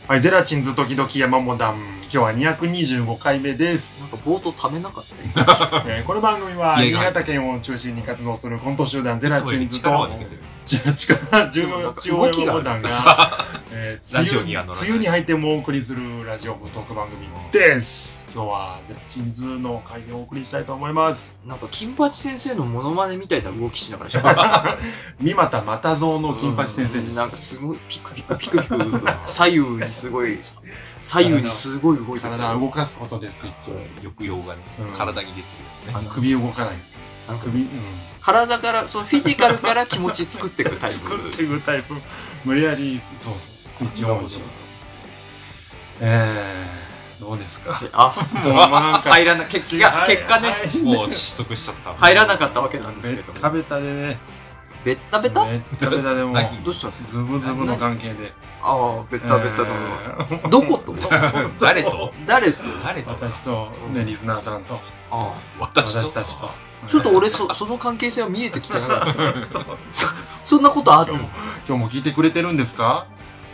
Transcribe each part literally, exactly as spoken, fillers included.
はい、ゼラチンズ時々山モダン。今日はにひゃくにじゅうごかいめです。 なんか冒頭ためなかったね。 えー、この番組は新潟県を中心に活動するコント集団ゼラチンズと力重要山モダンが、えー、梅雨、梅雨に入ってもお送りするラジオトーク番組です。今日はゼラチンズの回でお送りしたいと思います。 なんか金八先生のモノマネみたいな動きしながらしゃべる。 三股又蔵の金八先生です。 なんかすごいピクピクピクピク左右にすごい左右にすごい動いてる。 体を動かすことです。一応抑揚がね、うん、体に出てるやつね。 首動かないやつ。首、うん、 体からそのフィジカルから気持ち作っていくタイプ。 作っていくタイプ。無理やりそうスイッチオンしようと。えー、どうですか。 あ、入らな結果結果ね、 もう失速しちゃった。 入らなかったわけなんですけど。 ベッタベタでね。 ベッタベタ？ ベッタベタでもどうしたの？ ズブズブの関係で。 ああ、ベタベタのどこと？ 誰と？ 誰と？ 誰と？ 私とねリスナーさんと。 ああ、 私たちと。 ちょっと俺そその関係性は見えてきてなかった。そそんなことある？ 今日も聞いてくれてるんですか？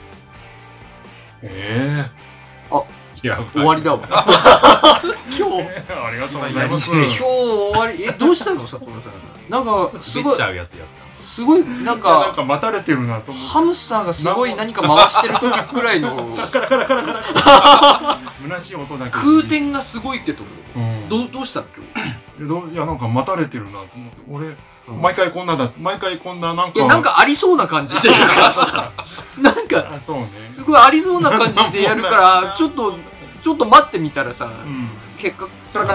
ええ。 あ、終わりだわ。今日ありがとうございます。 今日終わり。え、どうしたの佐藤さん？なんかすごいすごいなんかなんか待たれてるなと思って。 ハムスターがすごい何か回してる時くらいのカラカラカラカラ虚しい音だけ。 空転がすごいってところ。どうどうしたの今日？いやなんか待たれてるなと思って。俺毎回こんなだ毎回こんななんかいやなんかありそうな感じでやるからさ。なんかそうね。 すごいありそうな感じでやるからちょっとちょっと待ってみたらさ結果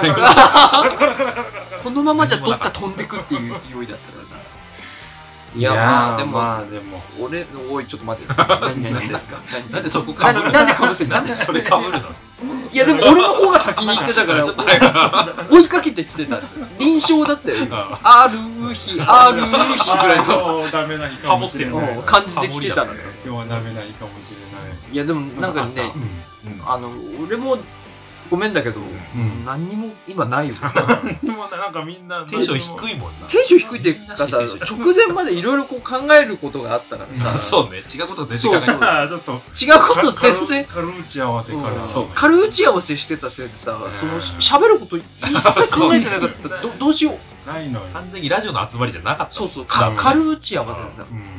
このままじゃどっか飛んでくっていう勢いだったからな。いやまあでもまあでも俺おいちょっと待って何何ですかなんでそこかぶるなんでかぶせるなんでそれかぶるの。 いやでも俺の方が先に言ってたから追いかけてきてた臨床だったよ。ある日ある日ぐらいのダメな日かもしれない感じで来てたのよ。 今日はダメな日かもしれない。 いやでもなんかねあの俺もごめんだけど、うん、何にも今ないよ。 今なんかみんなテンション低いもんな。 テンション低いっていうかさ、直前までいろいろこう考えることがあったからさ。 そうね、違うこと出てかない。 ちょっと違うこと全然軽打ち合わせから、 そう軽打ち合わせしてたせいでさ、その喋ること一切考えてなかった。どどうしよう。 ないの完全にラジオの集まりじゃなかった。 そうそう、軽打ち合わせだった。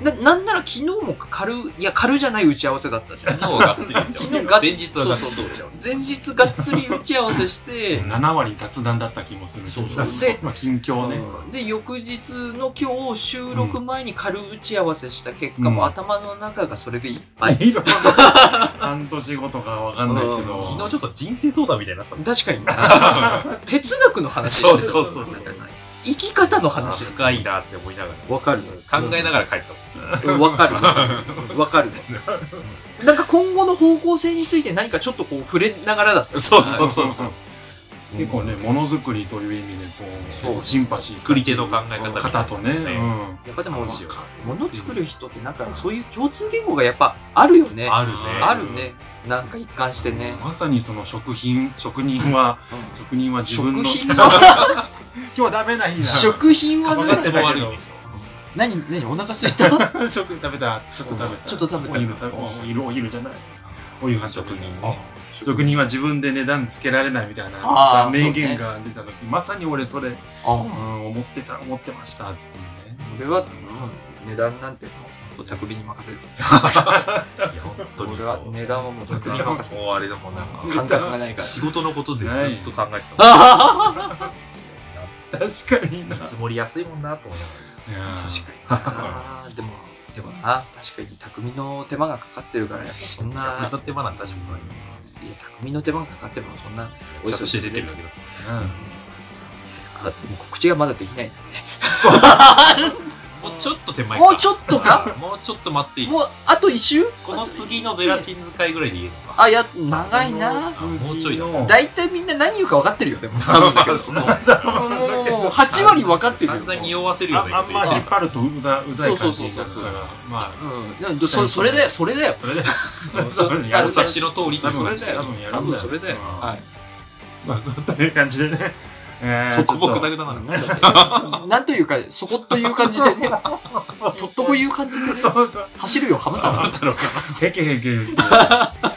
な、なんなら昨日も軽、いや軽じゃない打ち合わせだったじゃん。 昨日がっつり打ち合わせ。昨日が前日はがっつり打ち合わせ。 前日がっつり打ち合わせして、 ななわり雑談だった気もする。 そうそう。 で、まあ近況ね。 で、翌日の今日収録前に軽打ち合わせした結果も頭の中がそれでいっぱい。 半年後とかわかんないけど。 昨日ちょっと人生相談みたいなさ。 確かにな。哲学の話そうそうそう。 生き方の話。 深いなって思いながら。 わかる。 考えながら帰ったもん。わかる。わかる。なんか今後の方向性について何かちょっとこう触れながらだった。 そうそうそう。 結構ね、ものづくりという意味でこう、シンパシー。 作り手の考え方方とね。 やっぱでも、もの作る人ってなんかそういう共通言語がやっぱあるよね。 あるね。 あるね。なんか一貫してね。 まさにその食品、職人は、職人は自分の。 食品今日はダメな日だ。 食品はね、つも悪いね。 何、何、お腹空いた？ 食食べた。ちょっと食べた。 ちょっと食べた。 お湯、お湯じゃない。お湯は職人ね。職人は自分で値段つけられないみたいな名言が出た時、まさに俺それ思ってた、思ってましたっていうね。 俺は値段なんてもう匠に任せる。いや本当に俺は値段はもう匠に任せる。 もうあれだもんなんか感覚がないから。 仕事のことでずっと考えてた。確かにな。 見積もり安いもんなと思いながら。 確かに。でもでもな確かに匠の手間がかかってるからやっぱそんな。 匠の手間なんて確かにない。 いや匠の手間がかかってるのそんなおいしくして出てるだけだ。 うん。あでも告知がまだできないんだね。 もうちょっと手前か。もうちょっとか。 もうちょっと待っていい。 もうあと一周？ この次のゼラチン使いぐらいで言えるのか。あいや長いな。 もうちょいだ。 だいたいみんな何言うか分かってるよでも。多分だけど。もう八割分かってるよ。 そんなに匂わせるようなこと言って。あんま引っ張るとうざうざい感じになるから。まあうん。そそれだよそれだよ。 それだよ。 お察しの通りとそれだよ。多分それだよ。はい。 まあという感じでね。 そこもくだぐだな。 なんというか、そこという感じでね。とっとこいう感じでね。走るよ、ハム太郎。 へけへけ。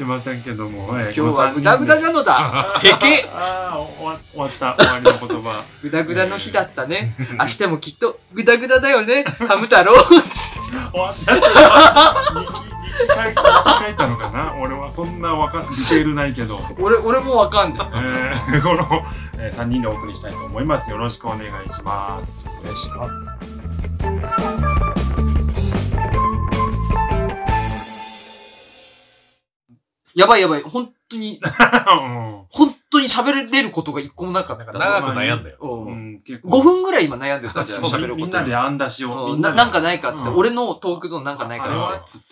してませんけども、 今日はグダグダなのだ。へけ。 ああ、終わ終わった。終わりの言葉。 グダグダの日だったね。明日もきっとグダグダだよね。ハム太郎。 終わっちゃった。日記、日記書い書いたのかな。俺はそんなわかん、ディテールないけど。 俺、俺もわかんない。 えー、この、えー、さんにんでお送りしたいと思います。よろしくお願いします。 お願いします。 やばいやばい。本当に、本当に喋れることが一個もなかった。 長く悩んだよ。 うん、ごふんぐらい今悩んでたじゃん、喋ること。 みんなで案出しを。 な、なんかないかっつって、俺のトークゾーンなんかないかっつって。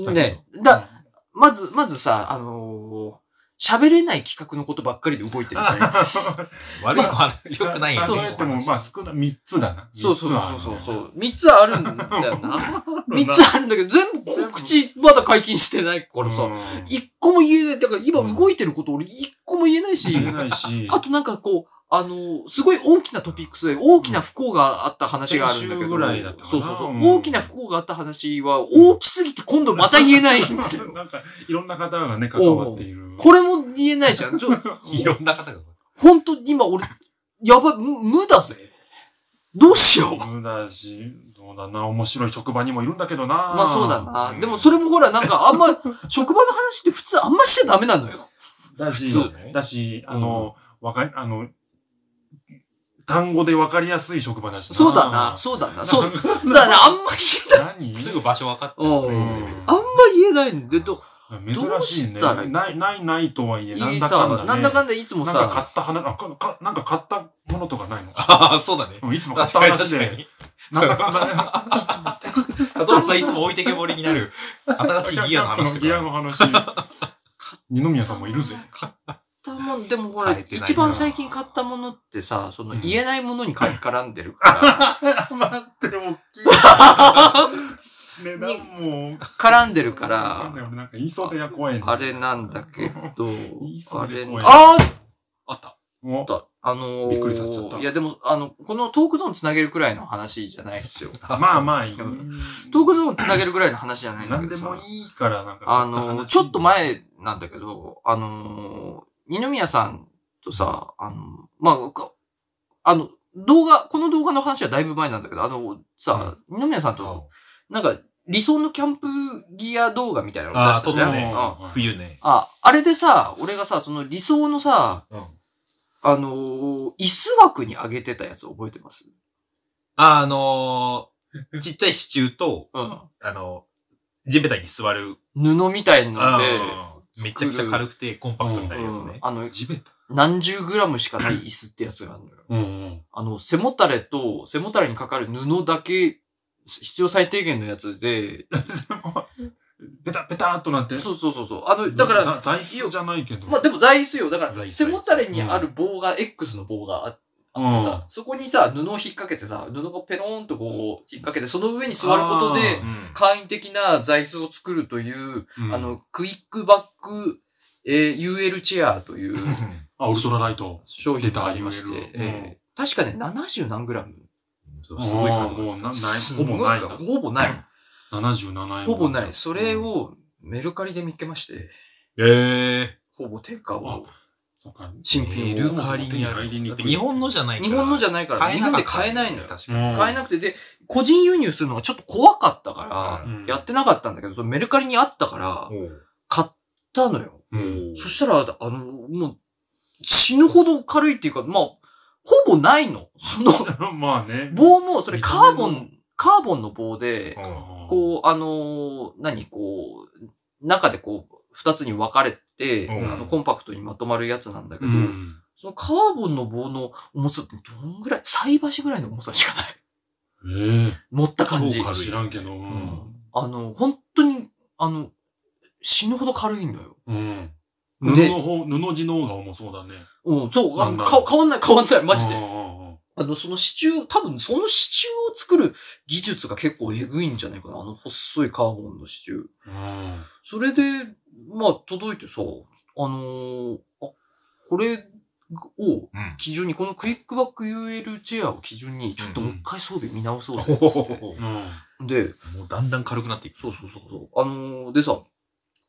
ね、だ、まず、まずさ、あの喋れない企画のことばっかりで動いてるじゃん。 悪い子は良くないよ。 そうでも、まあ少ない、みっつだな。 そうそうそうそう。みっつあるんだよな。みっつあるんだけど、全部口まだ解禁してないからさ、一個も言えない。だから今動いてること俺一個も言えないし、 言えないし。 あとなんかこう、あの、すごい大きなトピックスで大きな不幸があった話があるんだけど、そうそうそう。大きな不幸があった話は大きすぎて今度また言えない。なんか、いろんな方がね、関わっている。 これも言えないじゃん。ちょいろんな方が。 本当に今俺、やばい、無だぜ。どうしよう。 無だし、どうだな、面白い職場にもいるんだけどな。 まあそうだな。でもそれもほら、なんかあんま、職場の話って普通あんましちゃダメなのよ。 だし、だし、あの、わかり、あの、単語で分かりやすい職場だしな。 そうだな、そうだな、そう。そうだな、あんま言えない。 何すぐ場所分かっちゃう。 あんま言えないんで、ど、 珍しいね。ない、ない、ないとはいえ、なんだかんだね。 なんだかんだいつもさ。 なんか買った話、あ、か、なんか買ったものとかないの？ ああ、そうだね。 いつも買った話で。なんだかんだね。ちょっと待って。 加藤さんいつも置いてけぼりになる。新しいギアの話。 ギアの話。二宮さんもいるぜ。 もんでもほら、一番最近買ったものってさ、その言えないものに絡んでるから。待って、大きい。値段も。 絡んでるから。 なんか言いそうでや怖いね。 あれなんだけど、 あれ、 ああったあったあのー、 びっくりさせちゃった。 いやでも、あの、このトークゾーンつなげるくらいの話じゃないっすよ。 まあまあいい。トークゾーンつなげるくらいの話じゃないんだけどさ。 なんでもいいからなんか。 あのー、ちょっと前なんだけど、あのー、二宮さんとさ、あの、まあ、あの、動画、この動画の話はだいぶ前なんだけど、あの、さ、うん、二宮さんと、なんか、理想のキャンプギア動画みたいなのを出したじゃん。 ね、うん、冬ね。 あ、あれでさ、俺がさ、その理想のさ、うん、あのー、椅子枠に上げてたやつ覚えてます？ あ、あのー、ちっちゃい支柱と、 うん、 あの、地べたに座る。 布みたいので、 めちゃくちゃ軽くてコンパクトみたいなやつね。うん、 あの、地べた何十グラムしかない椅子ってやつがあるのよ。 うんうん、 あの、背もたれと、背もたれにかかる布だけ、必要最低限のやつで、 ペタペターっとなって。 そうそうそうそう。あの、だから、 座椅子じゃないけど。 まあでも座椅子よ。だから、背もたれにある棒が、うん、X の棒があってさ、うん、そこにさ、布を引っ掛けてさ、布がペローンとこう、引っ掛けて、その上に座ることで、簡易的な座椅子を作るという、うん、あの、クイックバック、えー、ユーエル チェアという、 あ、ウルトラライト。 商品がありまして、えー、確かね、ななじゅう何グラム。 そうすごいかもうな、ない、ほぼない。 ほぼない。 ななじゅうななえん。 ほぼない。それをメルカリで見つけまして。 ええ。 ほぼ定価を。 そうか。 新品メルカリにある。日本のじゃないから。 日本のじゃないから。日本で買えないのよ。 確かに。 買えなくて、で、個人輸入するのがちょっと怖かったから、やってなかったんだけど、そのメルカリにあったから、買ったのよ。そしたら、あの、もう、死ぬほど軽いっていうか、まあ、ほぼないの。その、 まあね。 棒も、それカーボン、カーボンの棒で、こう、あの、何、こう、中でこう、二つに分かれて、あの、コンパクトにまとまるやつなんだけど、そのカーボンの棒の重さってどんぐらい、菜箸ぐらいの重さしかない。 ええ。 持った感じ。 知らんけど。 あの、本当に、あの、死ぬほど軽いのよ。 うん。布の方、布地の方が重そうだね。 うん、そう、か変わんない変わんない、マジで。あの、その支柱、多分その支柱を作る技術が結構エグいんじゃないかな。あの細いカーボンの支柱。 うん、 それで、まあ届いてさ、あのー、あ、これを基準に、このクイックバック ユーエル チェアを基準に、ちょっともう一回装備見直そうぜっつって。うん、で、 もうだんだん軽くなっていく。 そうそうそうそう。あのー、でさ、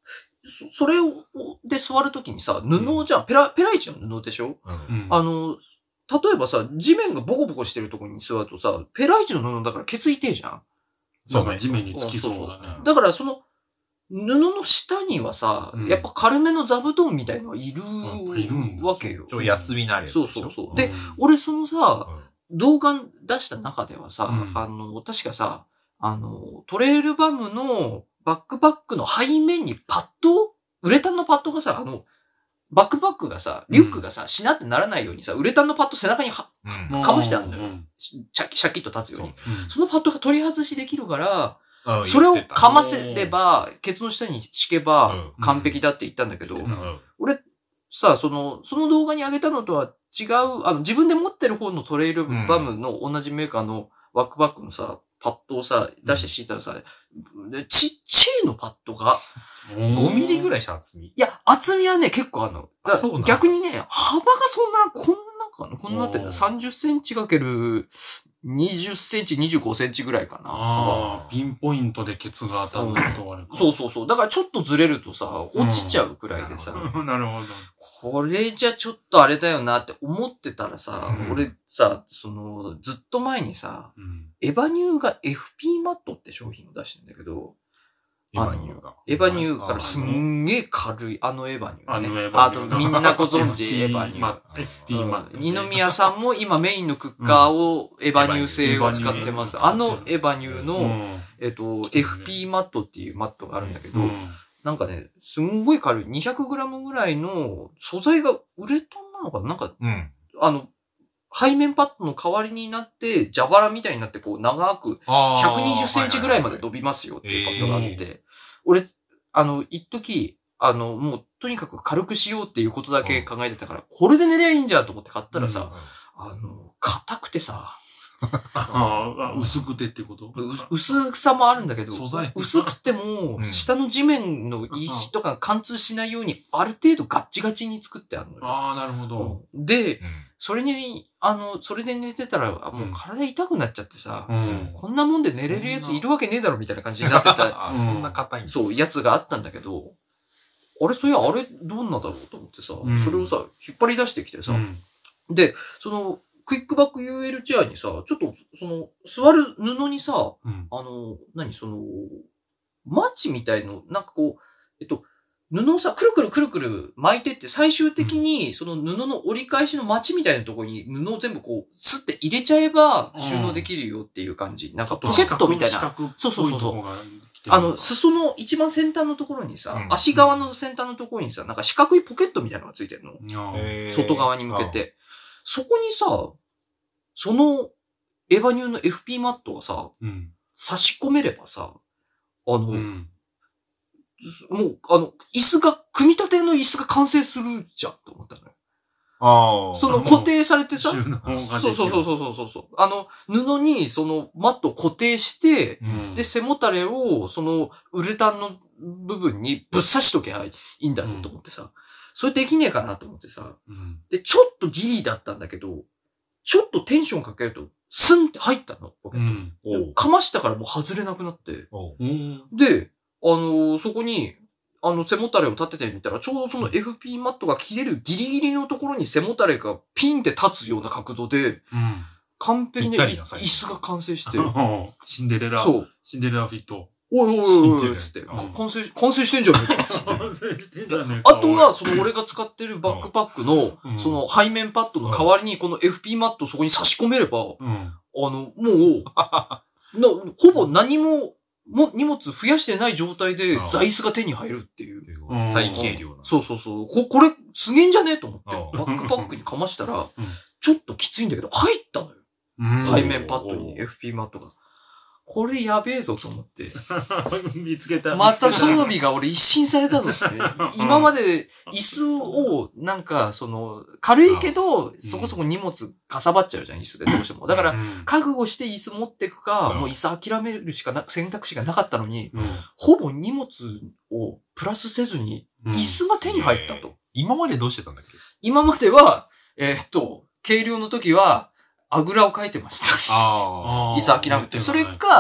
そ、それを、で座るときにさ、布じゃん。ペラ、ペライチの布でしょ、うん、あの、例えばさ、地面がボコボコしてるところに座るとさ、ペライチの布だからケツ痛いじゃん。 そうね。地面につきそうだね。そうそうだからその、布の下にはさ、うん、やっぱ軽めの座布団みたいのはいるわけよ。 ちょ、やつみなるやつ。 そうそうそう。で、うん、俺そのさ、うん、動画出した中ではさ、うん、あの、確かさ、あの、トレイルバムのバックパックの背面にパッドウレタンのパッドがさ、あの、バックパックがさ、リュックがさ、しなってならないようにさ、ウレタンのパッド背中には、うん、かましてあるんだよ。うん、シャキシャキッと立つように。そ, そのパッドが取り外しできるから、それをかませれば、ケツの下に敷けば完璧だって言ったんだけど、うんうん、俺さ、その、その動画に上げたのとは違う、あの、自分で持ってる方のトレイルバムの同じメーカーのバックパックのさ、パッドをさ、出して敷いたらさ、うん、ちっちゃいのパッドが、 ごミリぐらいしか厚み。 いや、厚みはね、結構あるの。逆にね、幅がそんな、こんなかなこんなってんだ。さんじゅっセンチかけるにじゅっセンチ、にじゅうごセンチぐらいかな。 ああ、ピンポイントでケツが当たるとあれか。 そうそうそう。だからちょっとずれるとさ、落ちちゃうくらいでさ。 うん、なるほど。 これじゃちょっとあれだよなって思ってたらさ、うん、俺さ、その、ずっと前にさ、うん、エバニューが エフピー マットって商品を出してんだけど、 エバニューが。 エバニューからすんげえ軽い、あのエバニュー、ね。あのエバニュー。あとみんなご存知エバニュー。 エフピー マット。 二宮さんも今メインのクッカーをエバニュー製を使ってます。あのエバニューの、えっと、エフピー マットっていうマットがあるんだけど、なんかね、すんごい軽い にひゃくグラム ぐらいの素材がウレタンなのかななんか、あの、背面パッドの代わりになって、蛇腹みたいになってこう長くひゃくにじゅっセンチぐらいまで伸びますよっていうパッドがあって、俺、あの、一時、あの、もう、とにかく軽くしようっていうことだけ考えてたから、これで寝りゃいいんじゃんと思って買ったらさ、うんうん、あの、硬くてさ、 あ薄くてっていうこと薄さもあるんだけど、薄くても、下の地面の石とか貫通しないように、ある程度ガッチガチに作ってあるのよ。 ああ、なるほど。 で、うん、それに、あの、それで寝てたら、もう体痛くなっちゃってさ、うん、こんなもんで寝れるやついるわけねえだろみたいな感じになってた、 そんな硬いんだ。 そう、やつがあったんだけど、あれ、そういや、あれ、どんなだろうと思ってさ、うん、それをさ、引っ張り出してきてさ、うん、で、その、クイックバック ユーエル チェアにさ、ちょっと、その、座る布にさ、うん、あの、何、その、マチみたいの、なんかこう、えっと、布をさ、くるくるくるくる巻いてって、最終的に、その布の折り返しのマチみたいなところに布を全部こう、スッて入れちゃえば収納できるよっていう感じ。うん、なんかポケットみたいな。そうそうそうそう。あの、裾の一番先端のところにさ、うん、足側の先端のところにさ、なんか四角いポケットみたいなのがついてるの。外側に向けて。そこにさ、そのエバニューの エフピー マットがさ、うん、差し込めればさ、あの、うん、もう、あの、椅子が、組み立ての椅子が完成するじゃんと思ったのよ。ああ。その固定されてさ、そうそうそうそうそうそう。あの、布にそのマットを固定して、うん、で、背もたれをそのウレタンの部分にぶっ刺しとけばいいんだろうと思ってさ、うん、それできねえかなと思ってさ、うん、で、ちょっとギリだったんだけど、ちょっとテンションかけると、スンって入ったの、ポケット。うん、かましたからもう外れなくなって。で、あのー、そこに、あの、背もたれを立ててみたら、ちょうどその エフピー マットが切れるギリギリのところに背もたれがピンって立つような角度で、うん、完璧に椅子が完成して。 シンデレラ。そう。シンデレラフィット。 おいおいおいおい、つって。完成、完成してんじゃねえか、つって。完成してんじゃねえか。あとは、その俺が使ってるバックパックの、その背面パッドの代わりに、この エフピー マットをそこに差し込めれば、うん、あの、もう、なほぼ何も、も、荷物増やしてない状態で座椅子が手に入るっていう。 最軽量な。 そうそうそう。こ、これ、すげえんじゃねえと思って、バックパックにかましたら、ちょっときついんだけど、入ったのよ。背面パッドに エフピー マットが。これやべえぞと思って。 見つけた。 また装備が俺一新されたぞって。今まで椅子をなんかその軽いけどそこそこ荷物かさばっちゃうじゃん、椅子でどうしても。だから覚悟して椅子持ってくか、もう椅子諦めるしかな選択肢がなかったのに、うん、ほぼ荷物をプラスせずに椅子が手に入ったと。うん、 今までどうしてたんだっけ？ 今までは、えー、っと、軽量の時は、あぐらをかいてました。ああ。椅子諦めて。それか、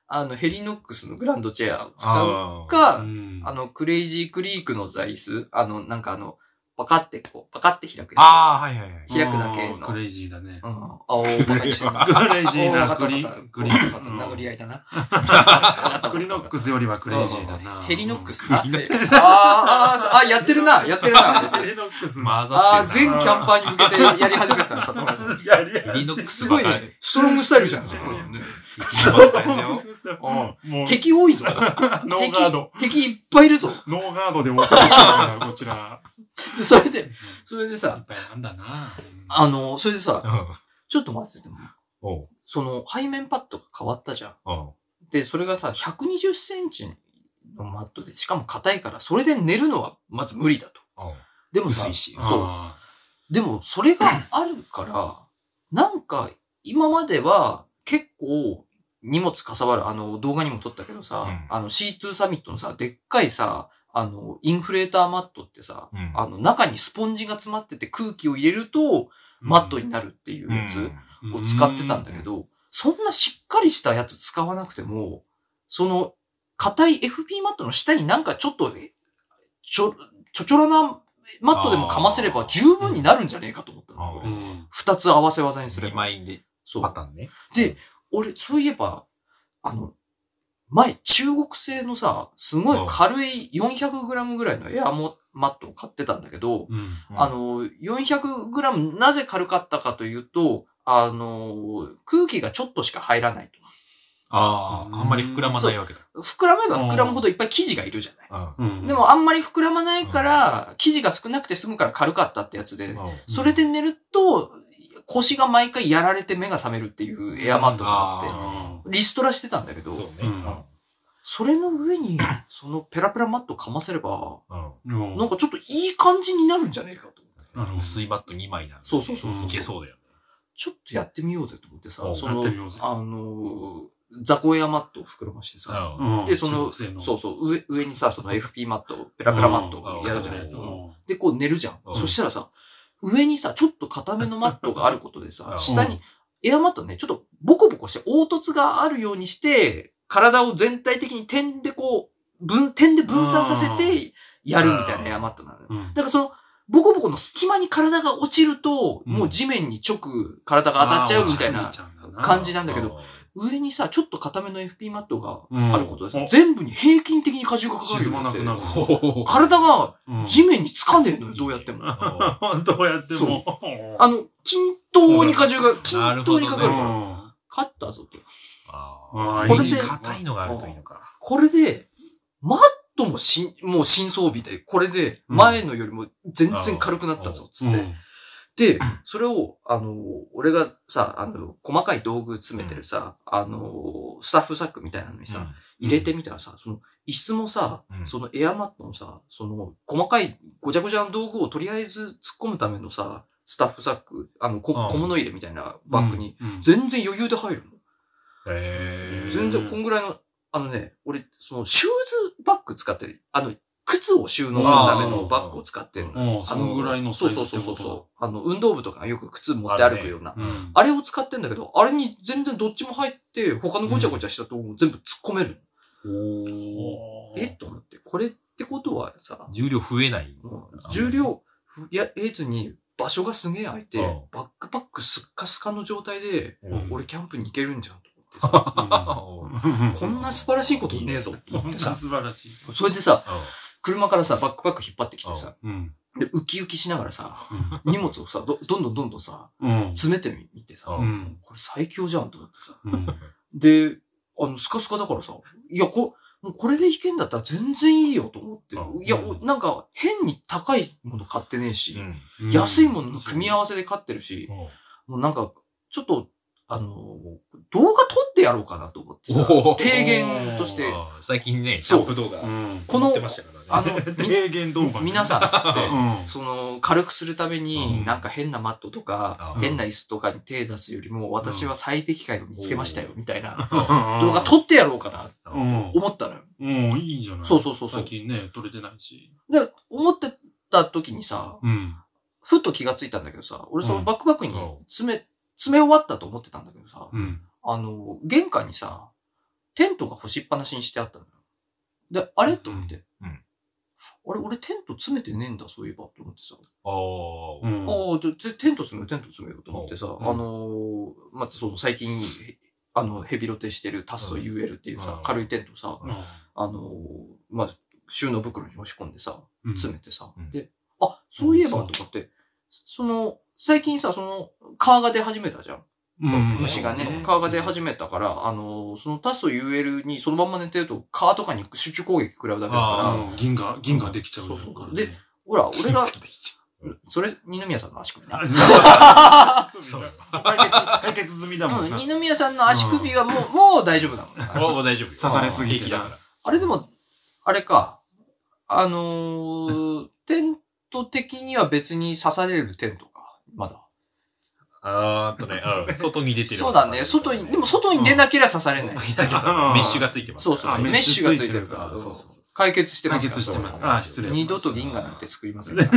あの、ヘリノックスのグランドチェアを使うか、あの、クレイジークリークの座椅子、あの、なんかあの、パカってこう、パカって開くやつ。 ああ、はいはいはい。 開くだけの。 クレイジーだね。 うん。あ、おー、バカにしてるな。 クレイジーなクリ、 クリーク。殴り合いだな。 クリノックスよりはクレイジーだな。 ヘリノックス。ああ、あ、やってるな、やってるな。 ヘリノックス。 ああ、全キャンパーに向けてやり始めたんさ、 ヘリノックス。 すごいね。ストロングスタイルじゃん、さ、敵多いぞ。 ノーガード。 敵いっぱいいるぞ。 ノーガードでもおかしいから、こちら。 で、それで、それでさ、 いっぱいなんだな。 あの、それでさ、ちょっと待ってても、 その背面パッドが変わったじゃん。で、それがさ、ひゃくにじゅっセンチのマットで、しかも硬いから、それで寝るのはまず無理だと。でもさ、そう。でも、それがあるから、なんか、今までは結構荷物かさばる、あの、動画にも撮ったけどさ、あの シーツー サミットのさ、でっかいさ、あの、インフレーターマットってさ、うん、あの、中にスポンジが詰まってて空気を入れると、マットになるっていうやつを使ってたんだけど、そんなしっかりしたやつ使わなくても、その、硬い エフピー マットの下になんかちょっと、ちょ、ちょちょらなマットでもかませれば十分になるんじゃねえかと思ったの。二つ合わせ技にすれば。 にまいで、そう。パターンね。 で、俺、そういえば、あの、前、中国製のさ、すごい軽い よんひゃくグラム ぐらいのエアモマットを買ってたんだけど、うんうん、あの、よんひゃくグラム なぜ軽かったかというと、あの、空気がちょっとしか入らないと。 ああ、あんまり膨らまないわけだ。 膨らめば膨らむほどいっぱい生地がいるじゃない。でもあんまり膨らまないから、生地が少なくて済むから軽かったってやつで、それで寝ると、腰が毎回やられて目が覚めるっていうエアマットがあって、リストラしてたんだけど、そうね、うん、それの上に、そのペラペラマットをかませれば、うん、なんかちょっといい感じになるんじゃねえかと思って。 薄いマットにまいなの。 そうそうそうそう。 いけそうだよね。 ちょっとやってみようぜと思ってさ、その、あの、雑魚エアマットを膨らましてさ、うん、で、その、そうそう、上、上にさ、その エフピー マット、ペラペラマットをやるじゃないですか。で、こう寝るじゃん。そしたらさ、上にさ、ちょっと硬めのマットがあることでさ、下に、エアマットね、ちょっとボコボコして凹凸があるようにして、体を全体的に点でこう、分、点で分散させてやるみたいなエアマットなのよ。だからその、ボコボコの隙間に体が落ちると、もう地面に直体が当たっちゃうみたいな感じなんだけど、上にさ、ちょっと硬めの エフピー マットがあることでさ、うん、全部に平均的に荷重がかかるようになって、体が地面につかねえのよ、どうやっても。 どうやっても。 あの、均等に荷重が均等にかかるから、勝ったぞと。 あこれで、硬いのがあるといいのか。 これで、マットもしもう新装備で、これで前のよりも全然軽くなったぞ、つって。うんで、それを、あの、俺がさ、あの、細かい道具詰めてるさ、うん、あの、スタッフサックみたいなのにさ、うん、入れてみたらさ、その、椅子もさ、うん、そのエアマットのさ、その、細かいごちゃごちゃの道具をとりあえず突っ込むためのさ、スタッフサック、あの、こ小物入れみたいなバッグに、全然余裕で入るの。 へー。 全然こんぐらいの、あのね、俺、その、シューズバッグ使ってる。あの、靴を収納するためのバッグを使ってるの。 あのぐらいのそうそうそうそう。あの、運動部とかよく靴持って歩くような。あ,、ねうん、あれを使ってんだけど、あれに全然どっちも入って、他のごちゃごちゃしたとこ全部突っ込める。うん、えと思って。これってことはさ。 重量増えない、 うん、重量増えずに場所がすげえ空いて、うん、バックパックスッカスカの状態で、うん、俺キャンプに行けるんじゃんと思ってさ。うん、こんな素晴らしいことねえぞと思ってさ。 素晴らしい。 それでさ、車からさ、バックパック引っ張ってきてさ、うん、で、ウキウキしながらさ、うん、荷物をさど、どんどんどんどんさ、うん、詰めてみてさ、うん、これ最強じゃんと思ってさ、うん、で、あの、スカスカだからさ、いや、こ、もうこれでいけんだったら全然いいよと思って、うん、いや、なんか変に高いもの買ってねえし、うん、安いものの組み合わせで買ってるし、うん、もうなんか、ちょっと、あの、動画撮ってやろうかなと思ってさ、提言として。 最近ね、キャンプ動画、 この、 あの、 提言動画。 皆さんつって、その、軽くするために、なんか変なマットとか、変な椅子とかに手出すよりも、私は最適解を見つけましたよ、みたいな動画撮ってやろうかな、と思ったのよ。 うん、いいじゃない。 そうそうそう。 最近ね、撮れてないし。 で、思ってた時にさ、ふっと気がついたんだけどさ、俺そのバックパックに詰め、詰め終わったと思ってたんだけどさ、うん、あの、玄関にさ、 テントが干しっぱなしにしてあったのよ。で、あれと思って。 うん。 あれ、俺テント詰めてねえんだ、そういえば、と思ってさ。 ああ。 うん。 ああ、じゃ、テント詰めよう、テント詰めようと思ってさ、 うんあのー、またその最近、あの、ヘビロテしてるタスと ユーエル っていうさ、 うん軽いテントさ、 うんあのー、まあ、収納袋に押し込んでさ、詰めてさ、 うんで、あ、そういえばと思って、その、最近さ、その、蚊が出始めたじゃん。 そう虫がねそう、 蚊が出始めたから、あの、そのタスと ユーエル にそのまんま寝てると、蚊とかに集中攻撃食らうだけだから、 うん銀河、銀河できちゃう。 そうそうそうで、ほら、俺が、それ、二宮さんの足首な。 そう。解決、解決済みだもんな。 二宮さんの足首はもう、もう大丈夫なの。 もう大丈夫よ。 刺されすぎてな。 あれでも、あれか、あのー、テント的には別に刺されるテントか、まだ。 あーっとね、うん。外に出てる。 そうだね、外に、でも外に出なければ刺されない。 メッシュがついてます。 そうそうそう。メッシュがついてるから。 そうそう。 解決してます解決してます。あ、失礼します。 二度と銀河なんて作りません。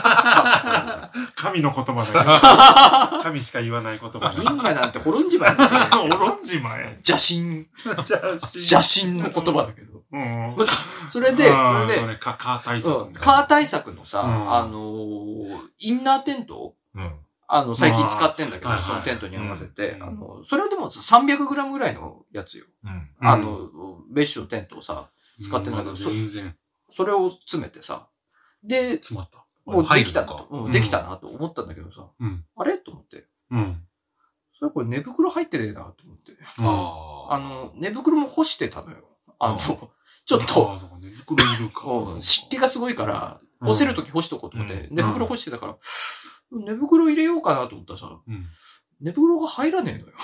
神の言葉だけど。神しか言わない言葉。 銀河なんて滅んじまえ。 滅んじまえ。 邪神。邪神の言葉だけど。 うん。 それで、それで、 カー対策。 カー対策のさ、あの、インナーテントうんあの、最近使ってんだけど、そのテントに合わせて、あの、それでもさんびゃくグラムぐらいのやつよ。あの、メッシュのテントをさ、使ってんだけど、 全然。 それを詰めてさ、で、 詰まった。 もうできたなと、うん、できたなと思ったんだけどさ、 うん、 あれと思って。 うん。 それこれ寝袋入ってねえなと思って。 ああの、寝袋も干してたのよ。あの、ちょっと、 寝袋いるか。 湿気がすごいから、干せるとき干しとこうと思って、寝袋干してたから、寝袋入れようかなと思ったらさ、寝袋が入らねえのよ。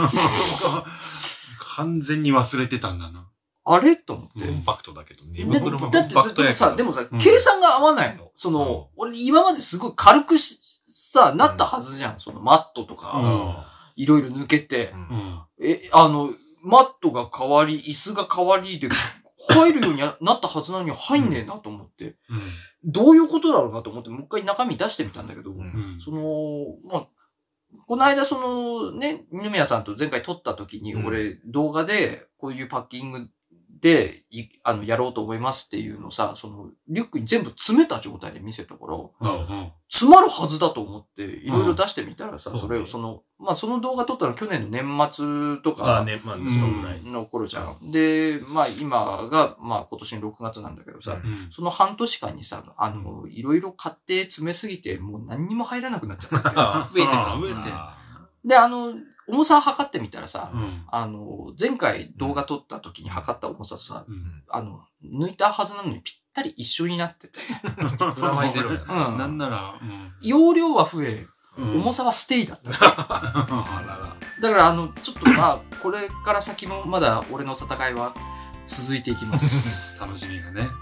完全に忘れてたんだな。 あれと思って。 コンパクトだけど、寝袋もコンだって、 パクトでもさ、でもさ、計算が合わないの。その、俺今まですごい軽くし、さ、なったはずじゃん。そのマットとか、いろいろ抜けて、え、あの、マットが変わり、椅子が変わりで、入るようになったはずなのに入んねえなと思って、どういうことだろうなと思って、もう一回中身出してみたんだけど、その、まあ、この間そのね、二宮さんと前回撮った時に、俺動画でこういうパッキングで、あの、やろうと思いますっていうのをさ、その、リュックに全部詰めた状態で見せたから、詰まるはずだと思って、いろいろ出してみたらさ、それをその、まあ、その動画撮ったの去年の年末とか、の頃じゃん。で、まあ、今が、まあ、今年のろくがつなんだけどさ、その半年間にさ、あの、いろいろ買って詰めすぎて、もう何にも入らなくなっちゃった。 増えてた。 増えてで、あの、重さ測ってみたらさ、うん、あの、前回動画撮った時に測った重さとさ、うん、あの、抜いたはずなのにぴったり一緒になってて。 プラマイゼロやな。うん、なんなら、 うん、容量は増え、うん、重さはステイだった。だからあの、ちょっとまあ、これから先もまだ俺の戦いは続いていきます。 楽しみがね。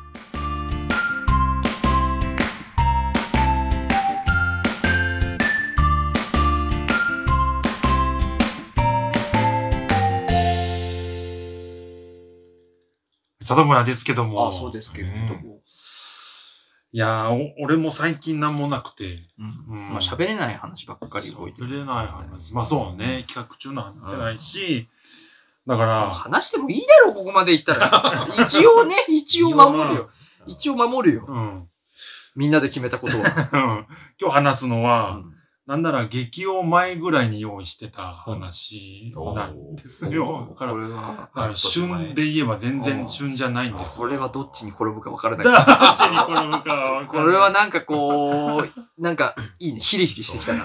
里村ですけども。 あ、そうですけれども。 いやー、俺も最近なんもなくて。 うん。まあ喋れない話ばっかり動いてる。 喋れない話。まあそうね。企画中の話じゃないし、だから。 話してもいいだろう、ここまで行ったら。一応ね、一応守るよ。一応守るよ。うん。みんなで決めたことは。 今日話すのは、なんなら劇用前ぐらいに用意してた話なんですよ。だから、 これは、 だから旬で言えば全然旬じゃないんです。 これはどっちに転ぶか分からない。 どっちに転ぶか分からない。 これはなんかこう、なんか、いいね、ヒリヒリしてきたな。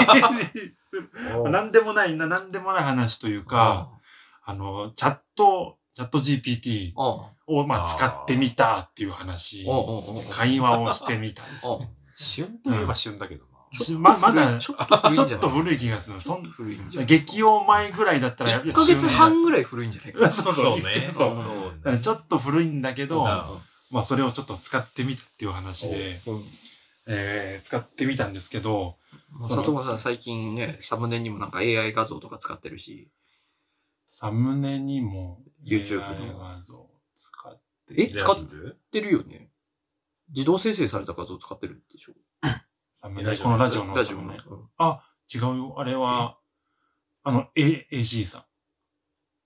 なんでもない、なんでもない話というか、あの、チャット、チャット ジーピーティー をまあ使ってみたっていう話、会話をしてみたですね。 旬といえば旬だけど。 ま、まだ、ちょっと古い気がする。そん古いんじゃない劇用前ぐらいだったら、 いっかげつはんぐらい古いんじゃないかな。 そうそうね。そう。ちょっと古いんだけど、まあそれをちょっと使ってみたっていう話で、えー、使ってみたんですけど、 佐藤さん最近ね、サムネにもなんか エーアイ 画像とか使ってるし、 サムネにも YouTube のエーアイ 画像使ってる。え、使ってるよね。自動生成された画像使ってるでしょ。 このラジオの。ラジオね。あ、違うよ。あれは、あの、A、エージー さん。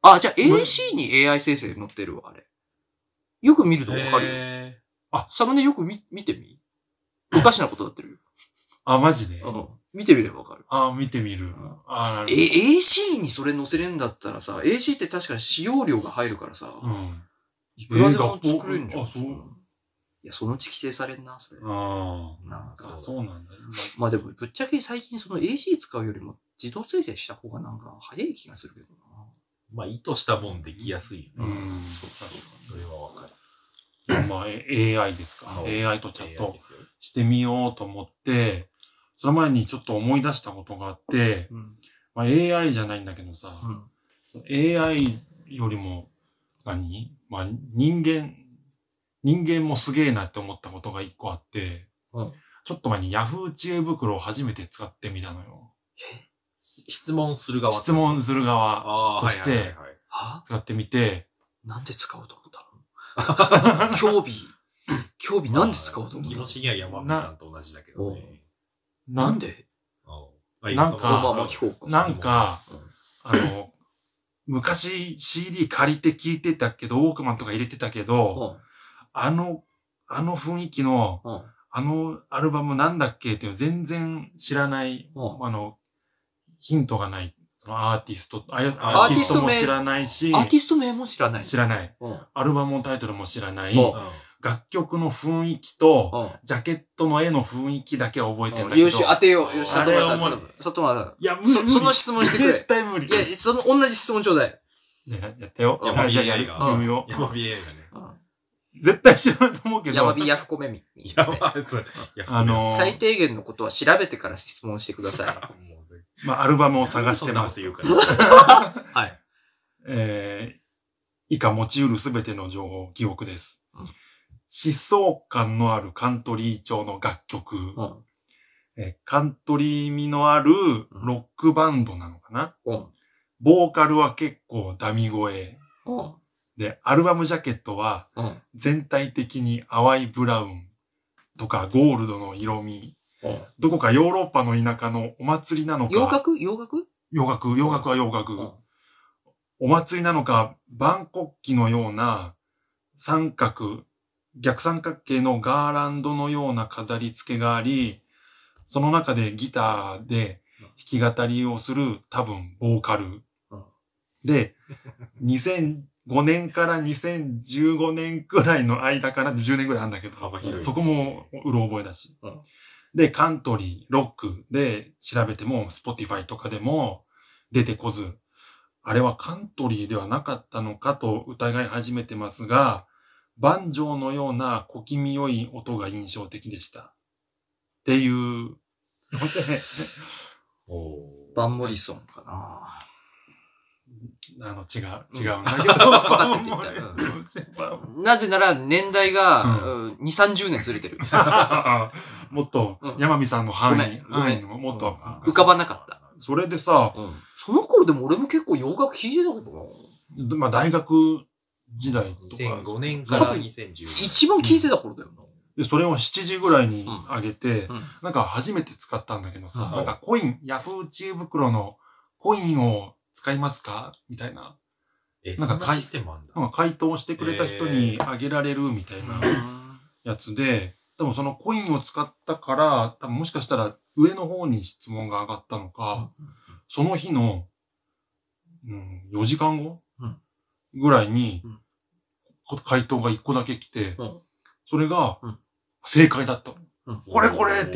あ、じゃあ エーシー に エーアイ 生成載ってるわ、あれ。よく見るとわかるよ。 へあ、サムネよく見、見てみ。おかしなことだってるよ。 あ、マジでうん。見てみればわかる。 あ、見てみる。あ、なるほど。 え、エーシー にそれ載せれんだったらさ、エーシー って確か使用量が入るからさ、 うん。 いくらでも作れるんじゃん。 あ、そう。 いや、そのうち規制されんな、それ。 ああ。 なんか。 そうなんだ。 まあでも、ぶっちゃけ最近その エーシー 使うよりも自動生成した方がなんか早い気がするけどな。 まあ、意図したもんできやすいよね。 うん。 そう、確かに。それはわかる。 まあ、エーアイ ですか。エーアイ とチャットしてみようと思って、その前にちょっと思い出したことがあって、うん、まあ エーアイ じゃないんだけどさ、うん、エーアイ よりも何、まあ人間、人間もすげえなって思ったことが一個あって、うん、ちょっと前に Yahoo 知恵袋を初めて使ってみたのよ。 質問する側質問する側として使ってみて、 なんで使おうと思ったの興味、興味なんで使おうと思ったの、 気持ちには山美さんと同じだけどね。 なんでなんか、なんか、あの、昔 シーディー 借りて聞いてたけど、ウォークマンとか入れてたけど、あの、あの雰囲気の、あのアルバムなんだっけっていうの全然知らない、あの、ヒントがない。そのアーティスト、アーティストも知らないし、 アーティスト名も知らない。 知らない。アルバムのタイトルも知らない。楽曲の雰囲気と、ジャケットの絵の雰囲気だけは覚えてるんだけど。 よし、当てよう。よし、里村さん、頼む。里村さん。 いや、無理。 その質問してくれ。 絶対無理。 いや、その、同じ質問ちょうだい。 じゃあ、やってよ。 山火 エーアイ が。 言うよ。 山火 エーアイがね。 絶対知らないと思うけど。 山火ヤフコメミ。 山火、そう。 あの、 最低限のことは調べてから質問してください。 まあ、アルバムを探してます。 はい。 えー、以下持ち得るすべての情報、記憶です。疾走感のあるカントリー調の楽曲。うんえー、カントリー味のあるロックバンドなのかな、うん、ボーカルは結構ダミ声。うん、で、アルバムジャケットは全体的に淡いブラウンとかゴールドの色味。うん、どこかヨーロッパの田舎のお祭りなのか。 洋楽洋楽洋楽洋楽は洋楽。うん、お祭りなのか、万国旗のような三角、逆三角形のガーランドのような飾り付けがあり、その中でギターで弾き語りをする多分ボーカル。うん、で、にせんごねんからにせんじゅうごねんくらいの間からじゅうねんくらいあるんだけど、そこもうろ覚えだし。うん、で、カントリー、ロックで調べても、Spotify とかでも出てこず、あれはカントリーではなかったのかと疑い始めてますが、バンジョーのような小気味良い音が印象的でした。っていう。 バンモリソンかな。 あの、違う、違うんだけど。分かってって言った。なぜなら年代が、うん、に、さんじゅうねんずれてる。 もっと、山美さんの範囲、範囲のもっと、 浮かばなかった。 それでさ、 うん、その頃でも俺も結構洋楽聴いてたことな。まあ大学時代とか。 にせんごねんからにせんじゅうねん。 一番聴いてた頃だよな。 で、それをしちじぐらいに上げて、うんうん、なんか初めて使ったんだけどさ、うん、なんかコイン、ヤフー知恵袋のコインを使いますかみたいな。 え、なんかシステムあんだ。 なんか回答してくれた人にあげられるみたいなやつで、多分そのコインを使ったから、多分もしかしたら上の方に質問が上がったのか、うん、その日の、うん、よじかんご、うん、ぐらいに、回答がいっこだけ来て、うん、それが正解だったの。うん、これこれって、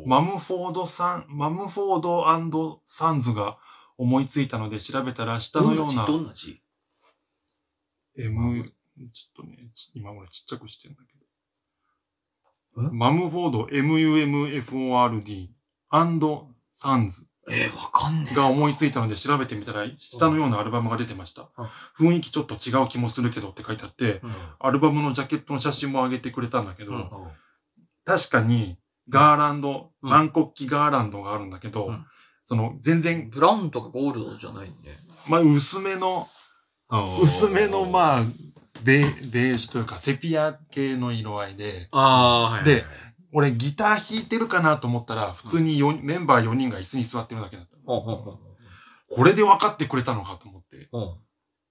マムフォードさん、マムフォード&サンズが思いついたので調べたら下のような。 どんな字 ?M、ちょっとね、今俺ちっちゃくしてるんだけど。マムフォード エムユーエムエフオーアールディー& サンズ。 えー、わかんねえ。 が思いついたので調べてみたら、下のようなアルバムが出てました。うん、雰囲気ちょっと違う気もするけどって書いてあって、うん、アルバムのジャケットの写真も上げてくれたんだけど、うん、確かにガーランド、うん、万国旗ガーランドがあるんだけど、うん、その全然。 ブラウンとかゴールドじゃないんで。 まあ薄めの、薄めのまあ、ベー、ベージュというかセピア系の色合いで、 あー、はいはいはい、 で、俺ギター弾いてるかなと思ったら、普通によ、うん、メンバーよにんが椅子に座ってるだけだった。うんうんうん、これで分かってくれたのかと思って。うん、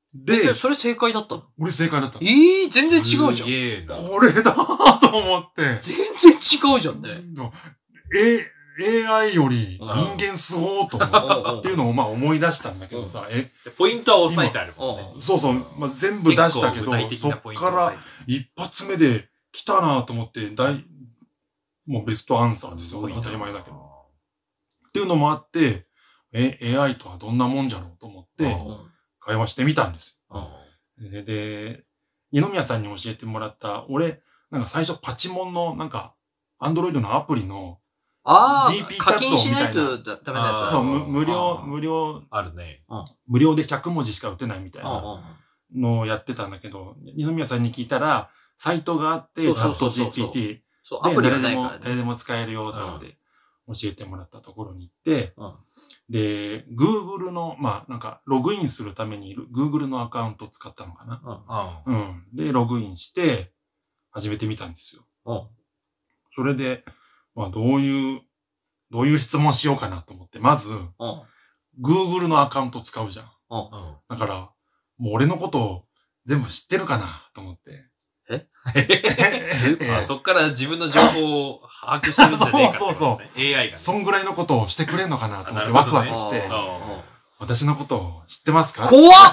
で、それ正解だったの？ 俺正解だった。 ええー、全然違うじゃん。 すげえな。 これだと思って。 全然違うじゃんね。 え、エーアイ より人間すごーと思うっていうのをまあ思い出したんだけどさ、え、 ポイントは押さえてあるもんね。 そうそう、まあ、全部出したけど、そっから一発目で来たなと思って、大、もうベストアンサーですよ。当たり前だけど。っていうのもあって、え、エーアイ とはどんなもんじゃろうと思って、会話してみたんですよ。で、で二宮さんに教えてもらった、俺、なんか最初パチモンの、なんか、アンドロイドのアプリの、 ああ、 ジーピー チャットみたいな。課金しないとダメなやつ。 そう、無料、無料。 あるね。 無料でひゃくもじしか打てないみたいなのをやってたんだけど、二宮さんに聞いたら、サイトがあって、チャット ジーピーティー。 そう、アプリがないからね。 誰でも使えるよって教えてもらったところに行って、で、Google の、まあ、なんか、ログインするために Google のアカウントを使ったのかな。うん。で、ログインして、始めてみたんですよ。それで、まあ、どういう、どういう質問しようかなと思って、まず、Google のアカウント使うじゃん。だから、もう俺のことを全部知ってるかなと思って。 えあ、そっから自分の情報を把握してるんじゃねえか、ね。 そうそうそう。 エーアイ が、ね。 そんぐらいのことをしてくれんのかなと思ってワクワクして、私のことを知ってますか？ 怖っ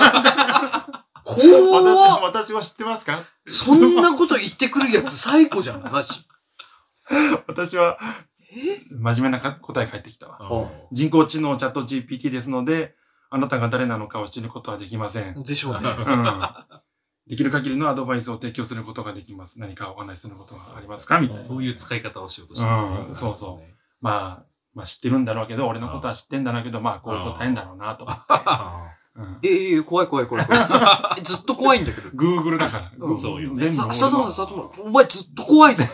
怖っ私は知ってますか？ そんなこと言ってくるやつ最高じゃん、マジ。 私は、真面目な答え返ってきたわ。人工知能チャット ジーピーティー ですので、あなたが誰なのかを知ることはできません。 でしょうね。 うん。できる限りのアドバイスを提供することができます。何かお話しすることがありますかみたいな。 そういう使い方をしようとしてる。 うん、そうそう。まあ、まあ知ってるんだろうけど、俺のことは知ってんだろうけど、まあこういう答えんだろうなと思って。 ええ、怖い怖い怖い怖い。ずっと怖いんだけど。 Google だから。 そうよ。 全部。 さ、さとまさとま、お前ずっと怖いぞ。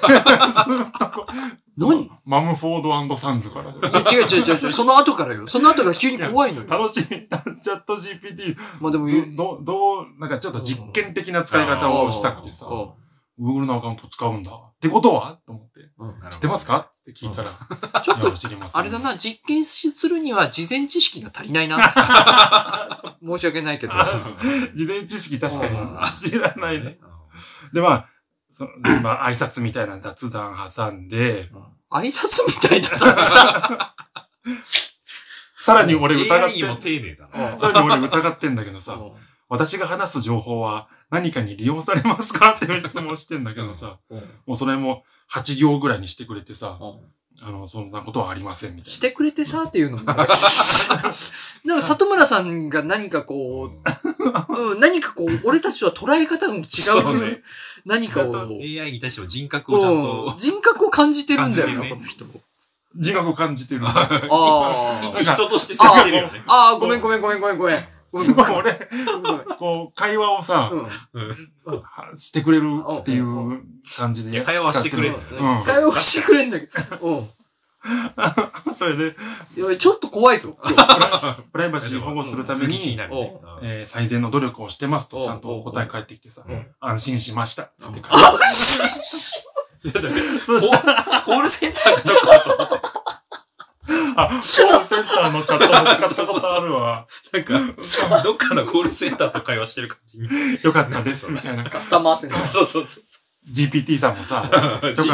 何？ マムフォード&サンズから。いや、違う違う違う違う。その後からよ。その後から急に怖いのよ。 楽しい。チャット ジーピーティー。 まあでも、 ど、どう、なんかちょっと実験的な使い方をしたくてさ、Google のアカウント使うんだ。ってことはと思って。知ってますかって聞いたら。 ちょっと、あれだな、実験するには事前知識が足りないな。申し訳ないけど。 事前知識確かに知らないね。で、まあ、そまあ、挨拶みたいな雑談挟んで、 挨拶みたいな雑談さらに俺疑って、 エーアイ も丁寧だな。 さらに俺疑ってんだけどさ、私が話す情報は何かに利用されますかっていう質問してんだけどさ、もうそれもはち行ぐらいにしてくれてさ、あの、そんなことはありませんみたいな。 してくれてさっていうのもなんか、なんか里村さんが何かこう、うん、何かこう、俺たちとは捉え方が違う、ね、何かを。エーアイ に対しても人格をちゃんと。 人格を感じてるんだよな、ね、この人も。 人格を感じてる。 ああ。一人として接してるよね。 ああ、ごめんごめんごめんごめんごめん。 すごい俺、こう、会話をさ、してくれるっていう感じで。 いや、会話はしてくれる。 会話はしてくれんだけど。 それで、 ちょっと怖いぞ。 プライバシー保護するために、最善の努力をしてますとちゃんとお答え返ってきてさ、安心しました。つって書いて。 安心しました。そしたら、コールセンターがどこかと思って。 あ、コールセンターのチャットも使ったことあるわ。 なんか、どっかのコールセンターと会話してる感じに。 よかったです、みたいな。 カスタマーセンター。 そうそうそう。 ジーピーティー さんもさ、よかった。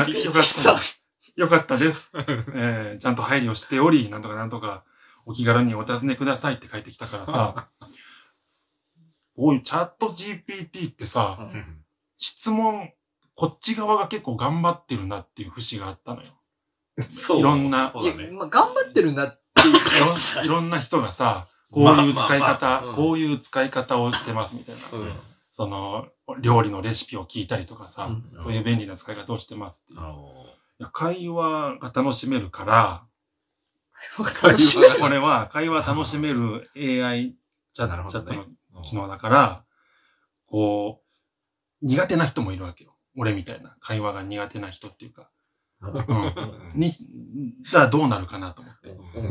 よかったです。えー、ちゃんと配慮しており、なんとかなんとか、お気軽にお尋ねくださいって書いてきたからさ、おい、チャット ジーピーティー ってさ、うん、質問、こっち側が結構頑張ってるなっていう節があったのよ。そう。いろんな。 いや、まあ、頑張ってるなっていういろんな人がさ、こういう使い方、こういう使い方をしてますみたいな。うん、その、料理のレシピを聞いたりとかさ、うん、そういう便利な使い方をしてますっていう。いや会話が楽しめるから、 会話が楽しめるこれは会話楽しめる エーアイ チャットの機能だから、こう、苦手な人もいるわけよ。俺みたいな。会話が苦手な人っていうか。うん。に、だからどうなるかなと思って。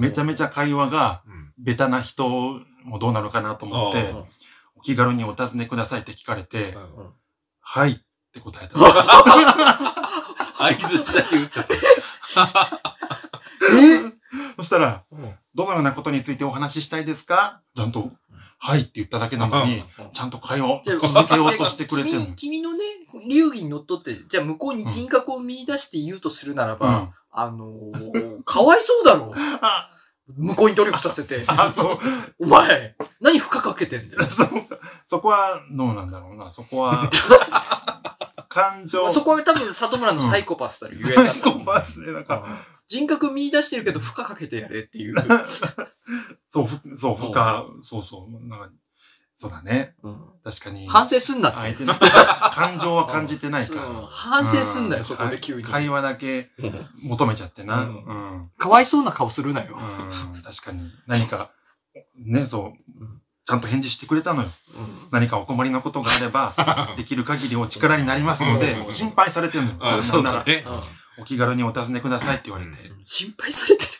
めちゃめちゃ会話がベタな人もどうなるかなと思って、お気軽にお尋ねくださいって聞かれて、はいって答えた。 合図だけ打っちゃった。 えそしたら、どのようなことについてお話ししたいですかちゃんとはいって言っただけなのに、ちゃんと会話を続けようとしてくれてる。 君、君のね、流儀にのっとって、じゃあ向こうに人格を見出して言うとするならば、うん、あのー、かわいそうだろ。向こうに努力させて。あ、そう。お前、何負荷かけてんだよ。 そ、そこは、どうなんだろうな。そこは、感情。 そこは多分、里村のサイコパスたるゆえだった。 サイコパスね、なんか。 人格見出してるけど、負荷かけてやれっていう。 そう、ふそう、負荷、そうそう。なんかそうだね。うん、確かに。 反省すんなって。 相手の感情は感じてないから。 反省すんなよ、そこで急に。 会話だけ求めちゃってな。うん。 うん、かわいそうな顔するなよ。 うん、確かに。何か、ね、そう、ちゃんと返事してくれたのよ。うん、何かお困りのことがあれば、できる限りお力になりますので、心配されてるのよ。 そうだね。 お気軽にお尋ねくださいって言われて。 心配されてる。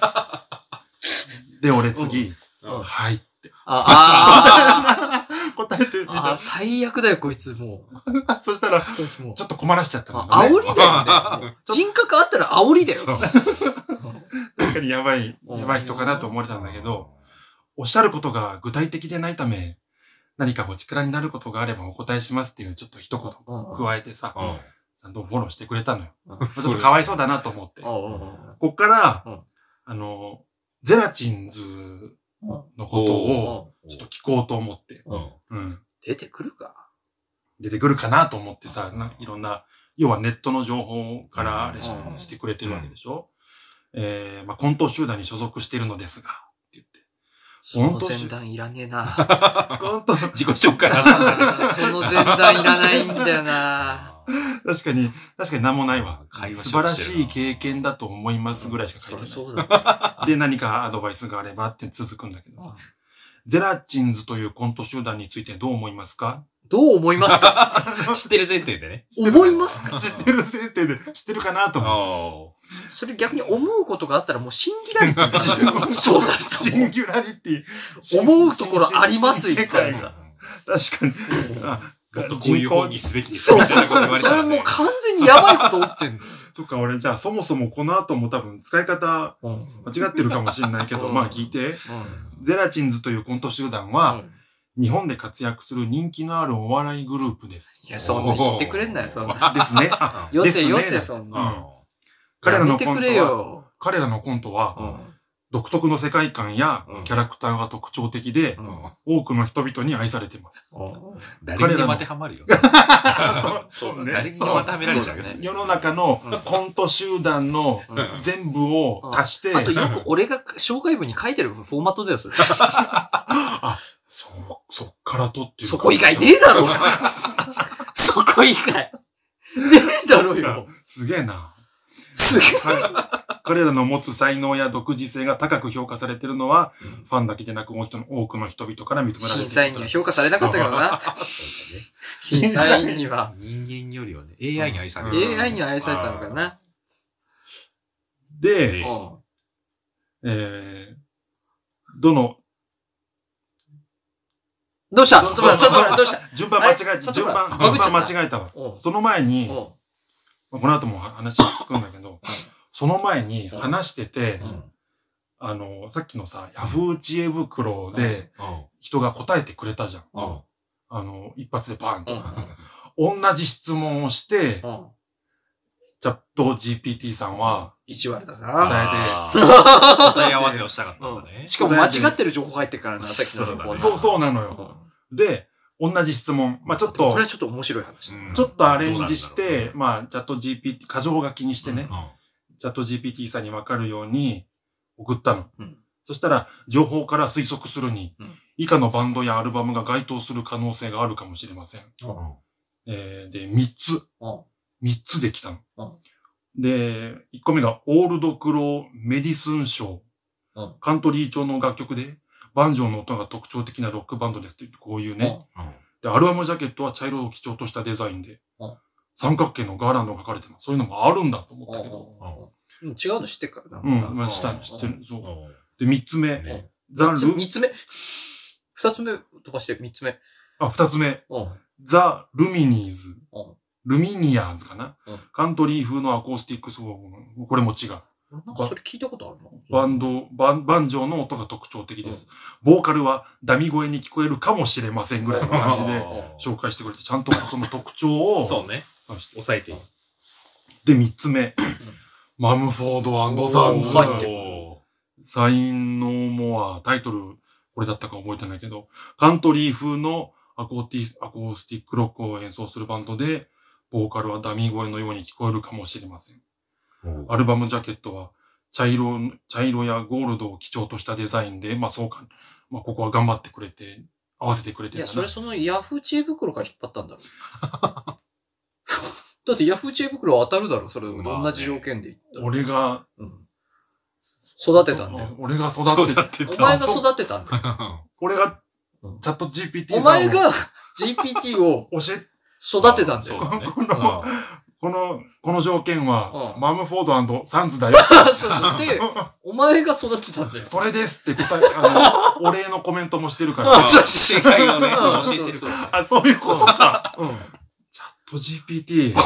で、俺次、はいって。 ああ答えてみた。 あ最悪だよ、こいつ、もう。 そしたら、ちょっと困らしちゃったのね。 煽りだよね。人格あったら煽りだよ。 確かにやばい、やばい人かなと思われたんだけど、おっしゃることが具体的でないため、何かお力になることがあればお答えしますっていうちょっと一言加えてさ、ちゃんとフォローしてくれたのよ。ちょっとかわいそうだなと思って。こっから、あの、ゼラチンズのことをちょっと聞こうと思って。うん。 出てくるか出てくるかなと思ってさ、いろんな、要はネットの情報からあれし、してくれてるわけでしょ。えー、まあ、コント集団に所属しているのですが、って言って。 その前段いらねえな。 コント自己紹介挟んだね。その前段いらないんだよな。 確かに、確かに何もないわ。素晴らしい経験だと思いますぐらいしか書いてない。 そうだ。 で、何かアドバイスがあればって続くんだけどさ。ゼラチンズというコント集団についてどう思いますか？ どう思いますか？ 知ってる前提でね。 思いますか？ 知ってる前提で、知ってるかなと思う。それ逆に思うことがあったらもうシンギュラリティですよ。そうなると。 シンギュラリティ。 思うところありますよ、 確かに。あもっとこういう方にすべきです。 そう。それもう完全にやばいこと起きてんの。 そっか、俺じゃあそもそもこの後も多分使い方間違ってるかもしれないけど、まあ聞いて。ゼラチンズというコント集団は、日本で活躍する人気のあるお笑いグループです。 いや、そんな言ってくれんなよ、そんな。 ですね。 よせよせ、そんな。 彼らのコントは、彼らのコントは、独特の世界観やキャラクターが特徴的で、多くの人々に愛されています。 誰にでも当てはまるよ。そうね。誰にでも当てはめられちゃうよね。 世の中のコント集団の全部を足して。 あとよく俺が紹介文に書いてるフォーマットだよ、それ。 あ、そう、そっからとっていう。 そこ以外ねえだろ。そこ以外。ねえだろよ。 すげえな。 すげえ。 彼らの持つ才能や独自性が高く評価されているのは、うん、ファンだけでなく多くの人々から認められている。 審査員には評価されなかったけどな。そうだね。審査員には。 人間よりはね、エーアイ に愛された。 エーアイ には愛されたのかな。 で、えー、どの、 どうした里村、里村、どうした順番間違えた。順番、順番間違えたわ。その前に、この後も話聞くんだけど、その前に話してて、うん、あの、さっきのさ、ヤフー知恵袋で人が答えてくれたじゃん。うん、あの、一発でパーンと。うん、同じ質問をして、うん、チャット ジーピーティー さんは、 意地悪だな。 答えて、 答え合わせをしたかったんだね。 しかも間違ってる情報入ってるからな、さっきの情報。 そう、そうなのよ。で、同じ質問。まあちょっと、 これはちょっと面白い話。 ちょっとアレンジして、まあチャット ジーピーティー、過剰書きにしてね。チャット ジーピーティー さんにわかるように送ったの。うん、そしたら、情報から推測するに、うん、以下のバンドやアルバムが該当する可能性があるかもしれません。うん、えー、で、みっつ。みっつできたの。うん、で、いっこめが、オールドクローメディスンショー。うん、カントリー調の楽曲で、バンジョーの音が特徴的なロックバンドですって、こういうね。うん、で、アルバムジャケットは茶色を基調としたデザインで。うん三角形のガーランドが書かれてます。そういうのもあるんだと思ったけど。 うん、違うの知ってるからな。 うん、まあ、知ってる。そう。で、三つ目。 ザ・ル、三つ目二つ目飛ばして三つ目。 あ、二つ目。ザ・ルミニーズ。ルミニアーズかな。カントリー風のアコースティックソング。これも違う。 なんかそれ聞いたことあるの？ バンド、バン、バンジョーの音が特徴的です。うん、ボーカルはダミ声に聞こえるかもしれませんぐらいの感じで紹介してくれて、ちゃんとその特徴を。 そうね。抑えていい。 で、三つ目。マムフォード&サンズ。サインノーモア、タイトル、これだったか覚えてないけど、カントリー風のアコーティ、アコースティックロックを演奏するバンドで、ボーカルはダミー声のように聞こえるかもしれません。アルバムジャケットは、茶色、茶色やゴールドを基調としたデザインで、まあそうか、まあここは頑張ってくれて、合わせてくれていや、それそのヤフー知恵袋から引っ張ったんだろう。だってヤフー知恵袋は当たるだろ、それ、まあね、同じ条件で言ったら。 俺が、うん、 育てたんだよ。 俺が育てた。お前が育てたんだよ。 俺が、チャット ジーピーティーお前が ジーピーティー を教え、育てたんだよ。 この、この、この条件は、マムフォード&サンズだよ。 そうそう。で、お前が育てたんだよ。 それですって答え、あの、お礼のコメントもしてるから。 正解をね、教えてるから。 あ、そういうことか。チャット ジーピーティー。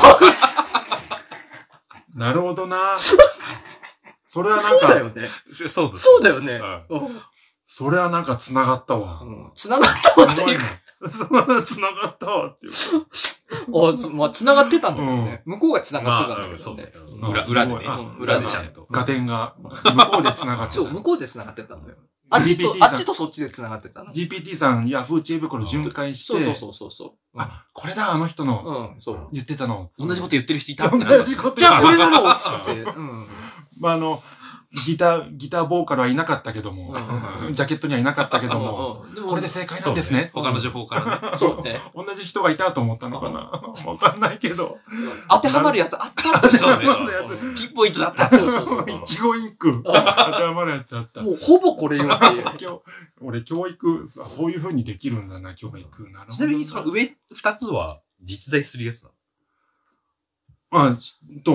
なるほどな。それはなんか、 そうだよね。 そうだそうだよね。 それはなんか繋がったわ。 繋がったわっていう。 繋がったわっていう。 あ、まあ、繋がってたんだけどね。向こうが繋がってたんだけどね。 裏、裏でね。裏でちゃんと。 合点が、向こうで繋がってた。 そう、向こうで繋がってたのよ。あっちと、あっちとそっちで繋がってたの。 ジーピーティー さん、ヤフー知恵袋巡回して。 そうそうそうそう。 あ、これだ、あの人の。 うん、そう。 言ってたの。 同じこと言ってる人いた同じことじゃあこれだろうつって。うん。 まあ、あの、ギター、ギターボーカルはいなかったけども、ジャケットにはいなかったけども、これで正解なんですね。 他の情報からね。 そうね。 同じ人がいたと思ったのかな。わかんないけど。 当てはまるやつあったんですよね。ピンポイントだった。そうそうそう。 一語インク。当てはまるやつだった。 もうほぼこれよっていう。 俺、教育、そういう風にできるんだな、教育。 ちなみにその上二つは実在するやつなの？あ、と、うん、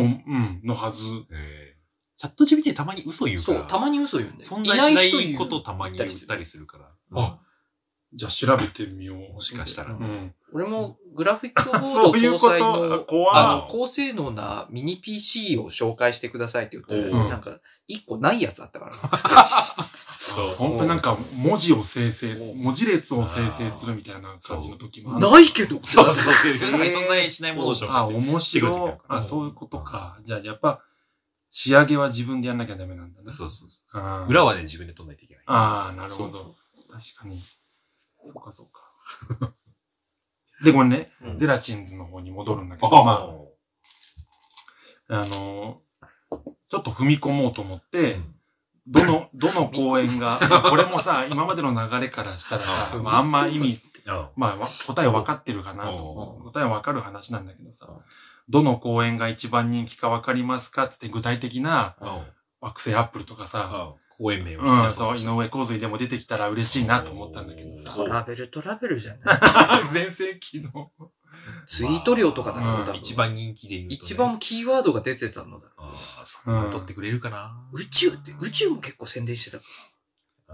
のはず。 チャット ジーピーティー たまに嘘言うから。 そう、たまに嘘言うんだよ。 存在しないことたまに言ったりするから。 あ、じゃあ調べてみよう。 もしかしたら。 俺もグラフィックボード搭載の、あの、高性能なミニ ピーシー を紹介してくださいって言ったら、なんか、一個ないやつあったから。 そう。本当になんか、文字を生成、文字列を生成するみたいな感じの時も。 ないけどそうそう。存在しないものを紹介する。 あ、面白い。あ、そういうことか。じゃあ、やっぱ、仕上げは自分でやんなきゃダメなんだね。 そうそうそう。裏はね、自分で取んないといけない。 ああ、なるほど。確かに。そうか、そうか。で、これね、ゼラチンズの方に戻るんだけど、まあ、あの、ちょっと踏み込もうと思って、どの、どの公演が、これもさ、今までの流れからしたらさ、あんま意味、まあ、答え分かってるかなと。答え分かる話なんだけどさ、どの公演が一番人気か分かりますかつって具体的な、惑星アップルとかさ、 公演名をうん、そう、井上洪水でも出てきたら嬉しいなと思ったんだけどさ。 トラベルトラベルじゃない全盛期の。 ツイート量とかだろう、 一番人気で言うと。 一番キーワードが出てたのだ。 ああ、そんなの取ってくれるかな。 宇宙って、宇宙も結構宣伝してたから。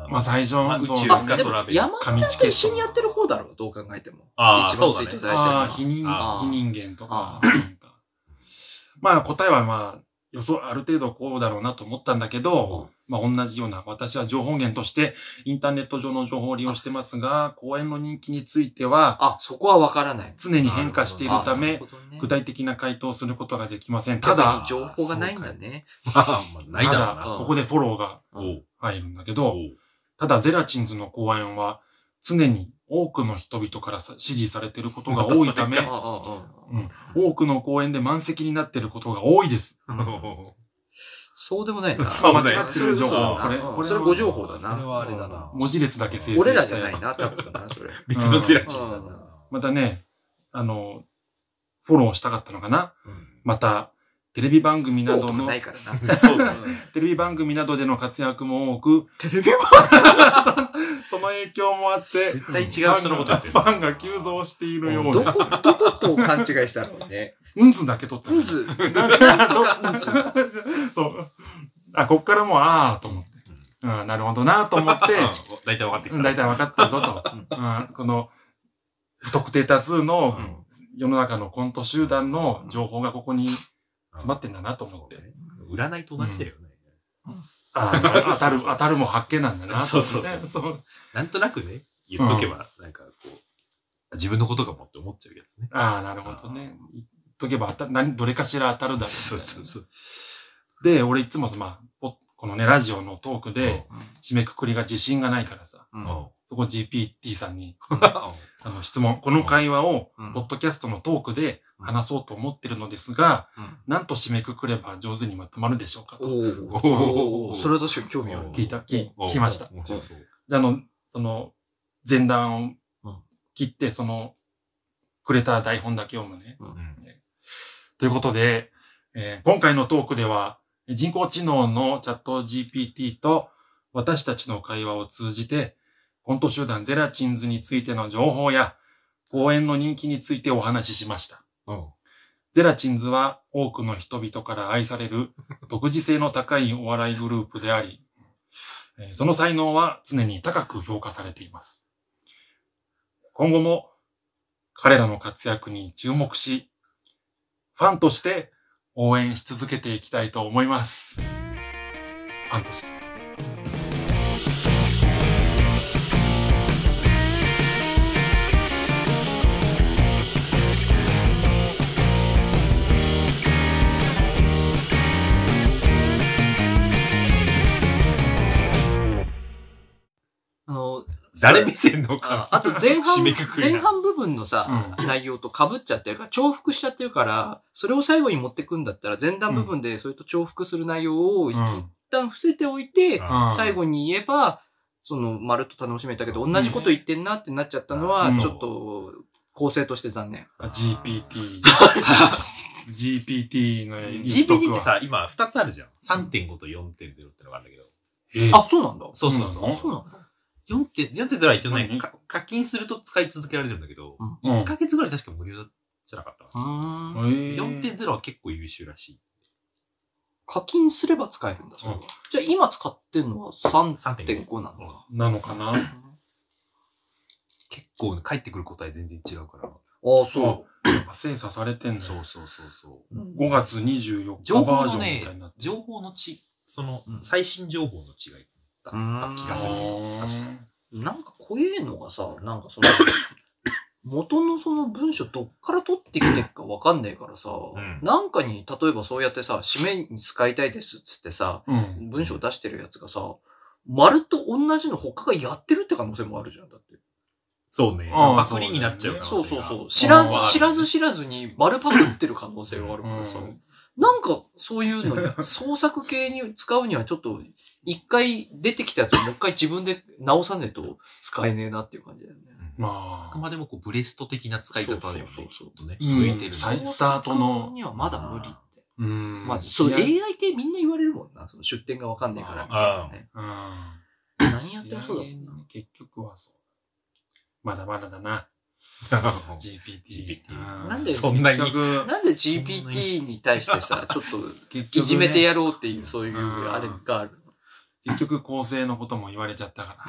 まあ最初、 宇宙かトラベル。 山田と一緒にやってる方だろう、どう考えても。 ああ、 一番ツイート大事だよ。非人、非人間とか。まあ答えはまあ、予想、ある程度こうだろうなと思ったんだけど、まあ同じような、私は情報源としてインターネット上の情報を利用してますが、公演の人気については、 あ、そこはわからない。 常に変化しているため、具体的な回答をすることができません。ただ、 情報がないんだね。 まあ、ないだろうな。 ここでフォローが入るんだけど、ただゼラチンズの公演は常に多くの人々から支持されていることが多いため、多くの公演で満席になっていることが多いです。 そうでもないな。 そう間違ってる情報。 これ、これ、それご情報だな。 それはあれだな。 文字列だけ生成して。 俺らじゃないな、多分な、それ。 別のゼラチンだな。 またね、あの、フォローしたかったのかな。また、テレビ番組などの、 ないからな。 そうだ。テレビ番組などでの活躍も多く、 テレビ番組その影響もあって、 絶対違う人のこと言ってる。 ファンが急増しているようです。どこ、どこと勘違いしたのね。 うんずだけ取った。 うんず。なんとかうんず。 そう。あ、こっからもう、ああ、と思って。うん、なるほどな、と思って。 大体分かってきた。 大体分かったぞ、と。うん、この、不特定多数の世の中のコント集団の情報がここに詰まってんだなと思って。 占いと同じだよね。 あ当たる、当たるも発見なんだな。 そうそうそう。なんとなくね、言っとけば、なんかこう、自分のことかもって思っちゃうやつね。 ああ、なるほどね。言っとけば当たる、何、どれかしら当たるだろう。 そうそうそう。 で、俺いつもまあ、このね、ラジオのトークで、締めくくりが自信がないからさ、うん、そこ ジーピーティー さんに、あの質問、この会話を、ポッドキャストのトークで話そうと思ってるのですが、うん、なんと締めくくれば上手にまとまるでしょうかと。 おそれは確かに興味ある。 聞いた、聞きました。じゃあ、あの、その、前段を切って、その、くれた台本だけ読むね。うん、ということで、えー、今回のトークでは、人工知能のチャット ジーピーティー と私たちの会話を通じて、コント集団ゼラチンズについての情報や、公演の人気についてお話ししました。うん、ゼラチンズは多くの人々から愛される独自性の高いお笑いグループであり、その才能は常に高く評価されています。今後も彼らの活躍に注目し、ファンとして応援し続けていきたいと思います。ファンとして。 あの、 誰目線のかあと前半、前半部分のさ、うん、内容と被っちゃってるから、重複しちゃってるから、それを最後に持ってくんだったら、前段部分でそれと重複する内容を一旦伏せておいて、うん、最後に言えば、その、まるっと楽しめたけど、同じこと言ってんなってなっちゃったのは、ちょっと、構成として残念。 ジーピーティー。ジーピーティー のジーピーティー ってさ、今ふたつあるじゃん。さんてんご と よんてんゼロ ってのがあるんだけど。 えー、あ、そうなんだ。 そうそうそう。 あ、そうなんだ。 よんてんゼロ は一応ね、課金すると使い続けられるんだけど、うん、いっかげつぐらい確か無料じゃなかったかな。よんてんゼロ は結構優秀らしい。 課金すれば使えるんだ、それは。じゃあ今使ってんのは さんてんご なのか。 なのかな結構返ってくる答え全然違うから。ああ、そう。 精査されてんの。 そうそうそうそう。 ごがつにじゅうよっかバージョンみたいになって。 情報のち、その、最新情報の違いだった気がする。 なんか怖えのがさ、なんかその、元のその文章どっから取ってきてるかわかんないからさ、うん、なんかに、例えばそうやってさ、締めに使いたいですっつってさ、うん、文章出してるやつがさ、まるっと同じの他がやってるって可能性もあるじゃん、だって。 そうね。パクリになっちゃうから。 そうそうそう。知らず、知らず知らずに丸パクってる可能性があるからさ、うん、なんかそういうのに、創作系に使うにはちょっと、一回出てきたやつをもう一回自分で直さねえと使えねえなっていう感じだよね。 まあ。あくまでもこうブレスト的な使い方でもね、 そうそうそうね、 向いてる。再スタートの。 にはまだ無理って。うん。まあ、そう、エーアイ 系みんな言われるもんな。その出典がわかんないからみたいなね。何やってもそうだもんな。 結局はそう。まだまだだな。ジーピーティー。 なんで、 そんなに。 なんで ジーピーティー に対してさ、ちょっといじめてやろうっていう、そういうあれがある。 結局構成のことも言われちゃったから。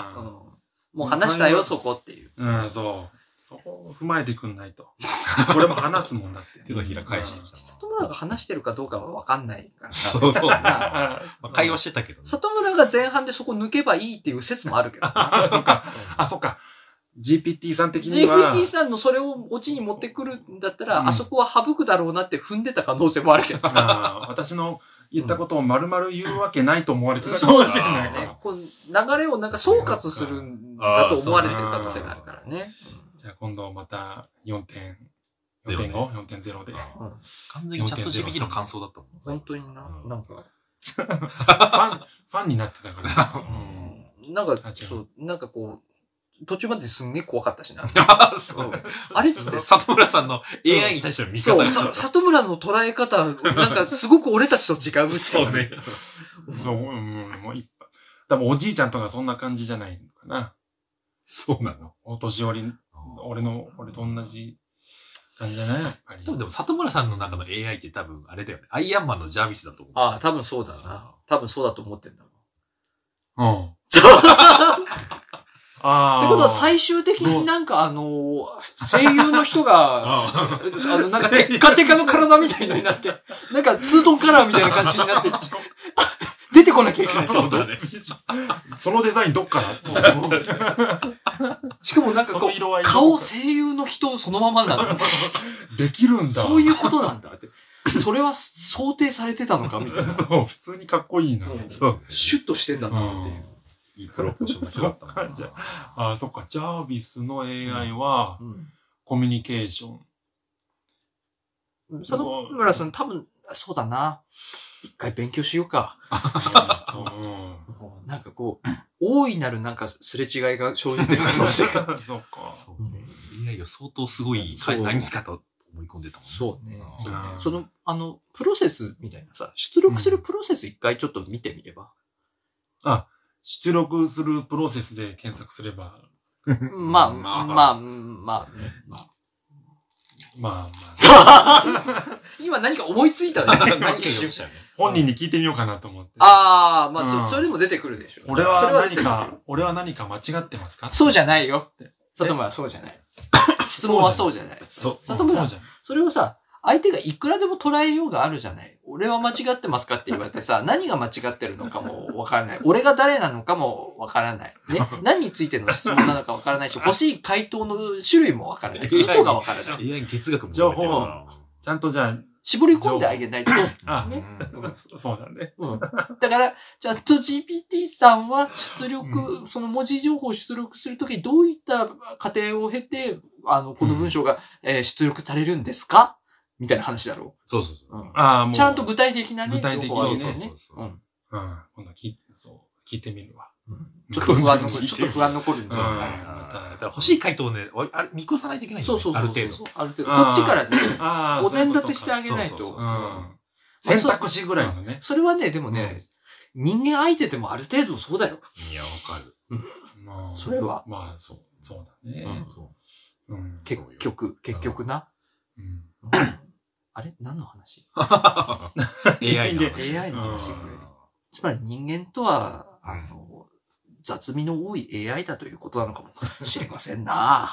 うん、もう話したよ、そこっていう。 うん、そう。そこを踏まえてくんないと。これも話すもんだって。 手のひら返してきた。 里村が話してるかどうかはわかんないから。 そうそう。まあ、会話してたけどね。 里村が前半でそこ抜けばいいっていう説もあるけど、ね。 あ、そっか。ジーピーティー さん的には。 ジーピーティー さんのそれをオチに持ってくるんだったら、うん、あそこは省くだろうなって踏んでた可能性もあるけど。 あ私の言ったことを丸々言うわけないと思われてるかもしれないから。 こう流れをなんか総括するんだと思われてる可能性があるからね。 じゃあ今度また よんてんご、よんてんゼロ で。 完全にチャット ジーピーティー の感想だったもん。 本当にな。なんか。 ファン、ファンになってたから。 なんか、そう、なんかこう、途中まですんげえ怖かったしな。 そう。 あれっつって。 里村さんの エーアイ に対しての見方がそう、里村の捉え方、なんかすごく俺たちと違うって。 そうね。 そう、うん、もういっぱい。多分おじいちゃんとかそんな感じじゃないのかな。 そうなの。 お年寄り、俺の、俺と同じ感じじゃないやっぱり。 多分でも里村さんの中の エーアイ って多分あれだよね。アイアンマンのジャービスだと思う。 ああ、多分そうだな。多分そうだと思ってんだもん。うん。 あってことは最終的になんかあの、声優の人が、あの、なんかテッカテカの体みたいになって、なんかツートンカラーみたいな感じになって、出てこなきゃいけない。 そうだね。 そのデザインどっからしかもなんかこう、顔声優の人そのままなの。 できるんだ。 そういうことなんだって。それは想定されてたのかみたいな。 そう、普通にかっこいいな。 そう。 シュッとしてんだなっていう。 いいプロポーションの人だったな。 じゃあ、あ、そっか。ジャービスの エーアイ は、コミュニケーション。佐藤村さん多分、そうだな。一回勉強しようか。なんかこう、大いなるなんかすれ違いが生じてる可能性が。 そうか。 エーアイ を相当すごい何かと思い込んでたもんね。 そうね。その、あの、プロセスみたいなさ、出力するプロセス一回ちょっと見てみれば。 あ、出力するプロセスで検索すれば。 まあ、まあ、まあ、まあ、まあ。 まあまあ。 今何か思いついたね。 何か一瞬。 本人に聞いてみようかなと思って。 ああ、まあ、そ、それでも出てくるでしょ。 俺は何か、俺は何か間違ってますか？ そうじゃないよ。里村はそうじゃない。質問はそうじゃない。 そう。 里村、それをさ、相手がいくらでも捉えようがあるじゃない。俺は間違ってますかって言われてさ、何が間違ってるのかもわからない。俺が誰なのかもわからない。ね。何についての質問なのかわからないし、欲しい回答の種類もわからない。意図がわからない。 いや、哲学も情報をちゃんとじゃあ、 絞り込んであげないと。 あ、ね。そうだね。 うん。だから、チャット ジーピーティー さんは出力、その文字情報を出力するときにどういった過程を経て、あの、この文章が、えー、出力されるんですかみたいな話だろう。 そうそうそう。 うん、ああ、もう。ちゃんと具体的なね。 具体的なね。 そうそうそう。 うん。 うん。今度聞いて、そう、聞いてみるわ。 うん、ちょっと不安残る。ちょっと不安残るんですよ。だから欲しい回答をね、あれ見越さないといけないんだよね。 そうそうそう。 ある程度。 ある程度。こっちからね、お膳立てしてあげないと。 選択肢ぐらいのね。 それはね、でもね、人間相手でもある程度そうだよ。 いや、わかる。 うん。それは。 まあ、そう、そうだね。 うん。結局、結局な。うん。あれ何の話？ エーアイ の話。エーアイ の話。つまり人間とは、あの、雑味の多い エーアイ だということなのかもしれませんな。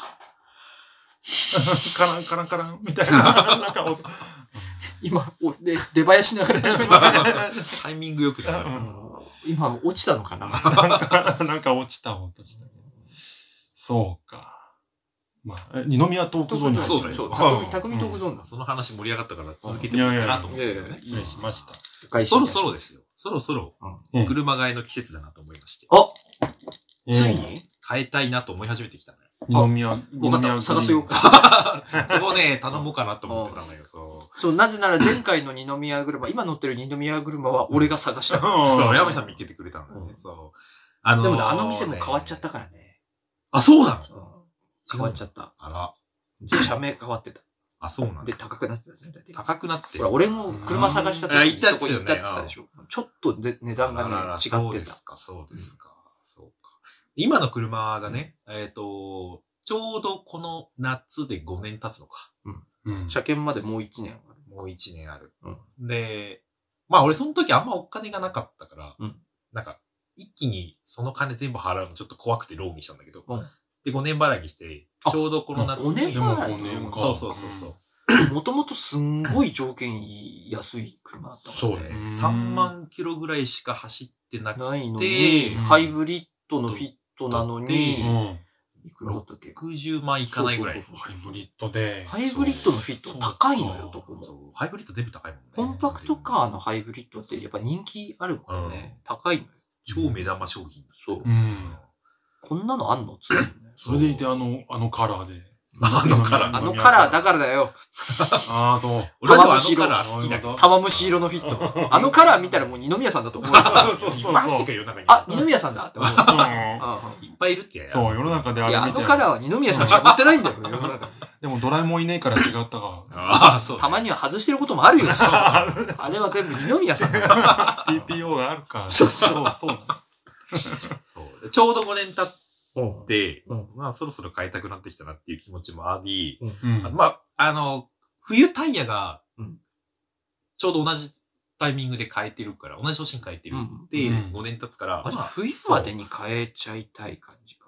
カランカランカランみたいな。なんか今、で出囃子ながら始めた。 タイミングよくですね。 今、落ちたのかななんか落ちた音した。そうか。まあ、二宮トークゾーンにそうだよ。 匠トークゾーンだ。 その話盛り上がったから続けてもいいかなと思って。 失礼しました。 そろそろですよ。そろそろ、車替えの季節だなと思いまして。 あついに変えたいなと思い始めてきたのよ。 二宮、 二宮探すよか。 そこね、頼もうかなと思ってたのよ、そう。そう、なぜなら前回の二宮車、今乗ってる二宮車は俺が探したから。 そう、山井さん見つけてくれたのね。そう。 あのでもあの店も変わっちゃったからね。 あ、そうなの変わっちゃった。 あら。 社名変わってた。 あ、そうなんだ。 で、高くなってた全体的に。 高くなって。 ほら、俺も車探した時にそこ行ったって言ったでしょ。ちょっとで値段がね、違ってた。 そうですか、そうですか。そうか。今の車がね、えっと、ちょうどこの夏でごねん経つのか。 うん。車検までもういちねんある。 もういちねんある。で、まあ俺その時あんまお金がなかったから、なんか、一気にその金全部払うのちょっと怖くてローンにしたんだけど、で、ごねん払いにして、ちょうどこの夏に。 ごねん払いそうそうそうそう。 もともとすんごい条件いい安い車だったからね。 そうね。さんまんキロぐらいしか走ってなくて。 ないのに、ハイブリッドのフィットなのに、いくらだったっけ ?ろくじゅうまんいかないぐらい。 ハイブリッドで。 ハイブリッドのフィット高いのよ、どこも。 ハイブリッド全部高いもんね。 コンパクトカーのハイブリッドってやっぱ人気あるもんね。高いのよ。 超目玉商品。 そう。こんなのあんのつってね。 それでいてあの、あのカラーで。 あのカラー。 あのカラーだからだよ。 ああ、そう。 俺はあのカラー好きだけど。 玉虫色のフィット。あのカラー見たらもう二宮さんだと思う。 そうそうそう。 あ、二宮さんだって思う。いっぱいいるってや。 そう、世の中であれ。 いや、あのカラーは二宮さんしか持ってないんだよ、世の中。 でもドラえもんいねえから違ったか。 ああ、そう。 たまには外してることもあるよ。あれは全部二宮さんだよ。 ピーピーオー があるか。 そうそう。 そう。 そう。ちょうどごねん経って、で、うん、まあそろそろ変えたくなってきたなっていう気持ちもあり、うん、まあ、あの、冬タイヤが、ちょうど同じタイミングで変えてるから、同じ写真変えてるって、ごねん経つから。 あ、じゃあ冬までに変えちゃいたい感じか。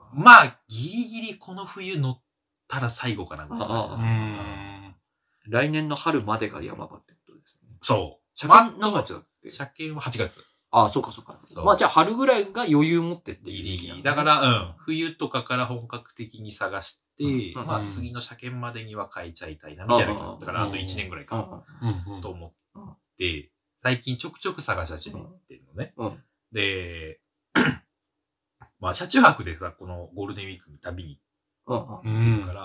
まあ、ギリギリこの冬乗ったら最後かな。 ああ。来年の春までが山場ってことですね。 そう。 車検何月だっけ？ 車検ははちがつ。 ああ、そうかそうか。まあじゃあ春ぐらいが余裕持ってってギリギリ。だから、うん。冬とかから本格的に探して、まあ次の車検までには変えちゃいたいな、みたいな感じだから、あといちねんぐらいか。と思って、最近ちょくちょく探し始めてるのね。で、まあ車中泊でさ、このゴールデンウィークに旅に行ってるから、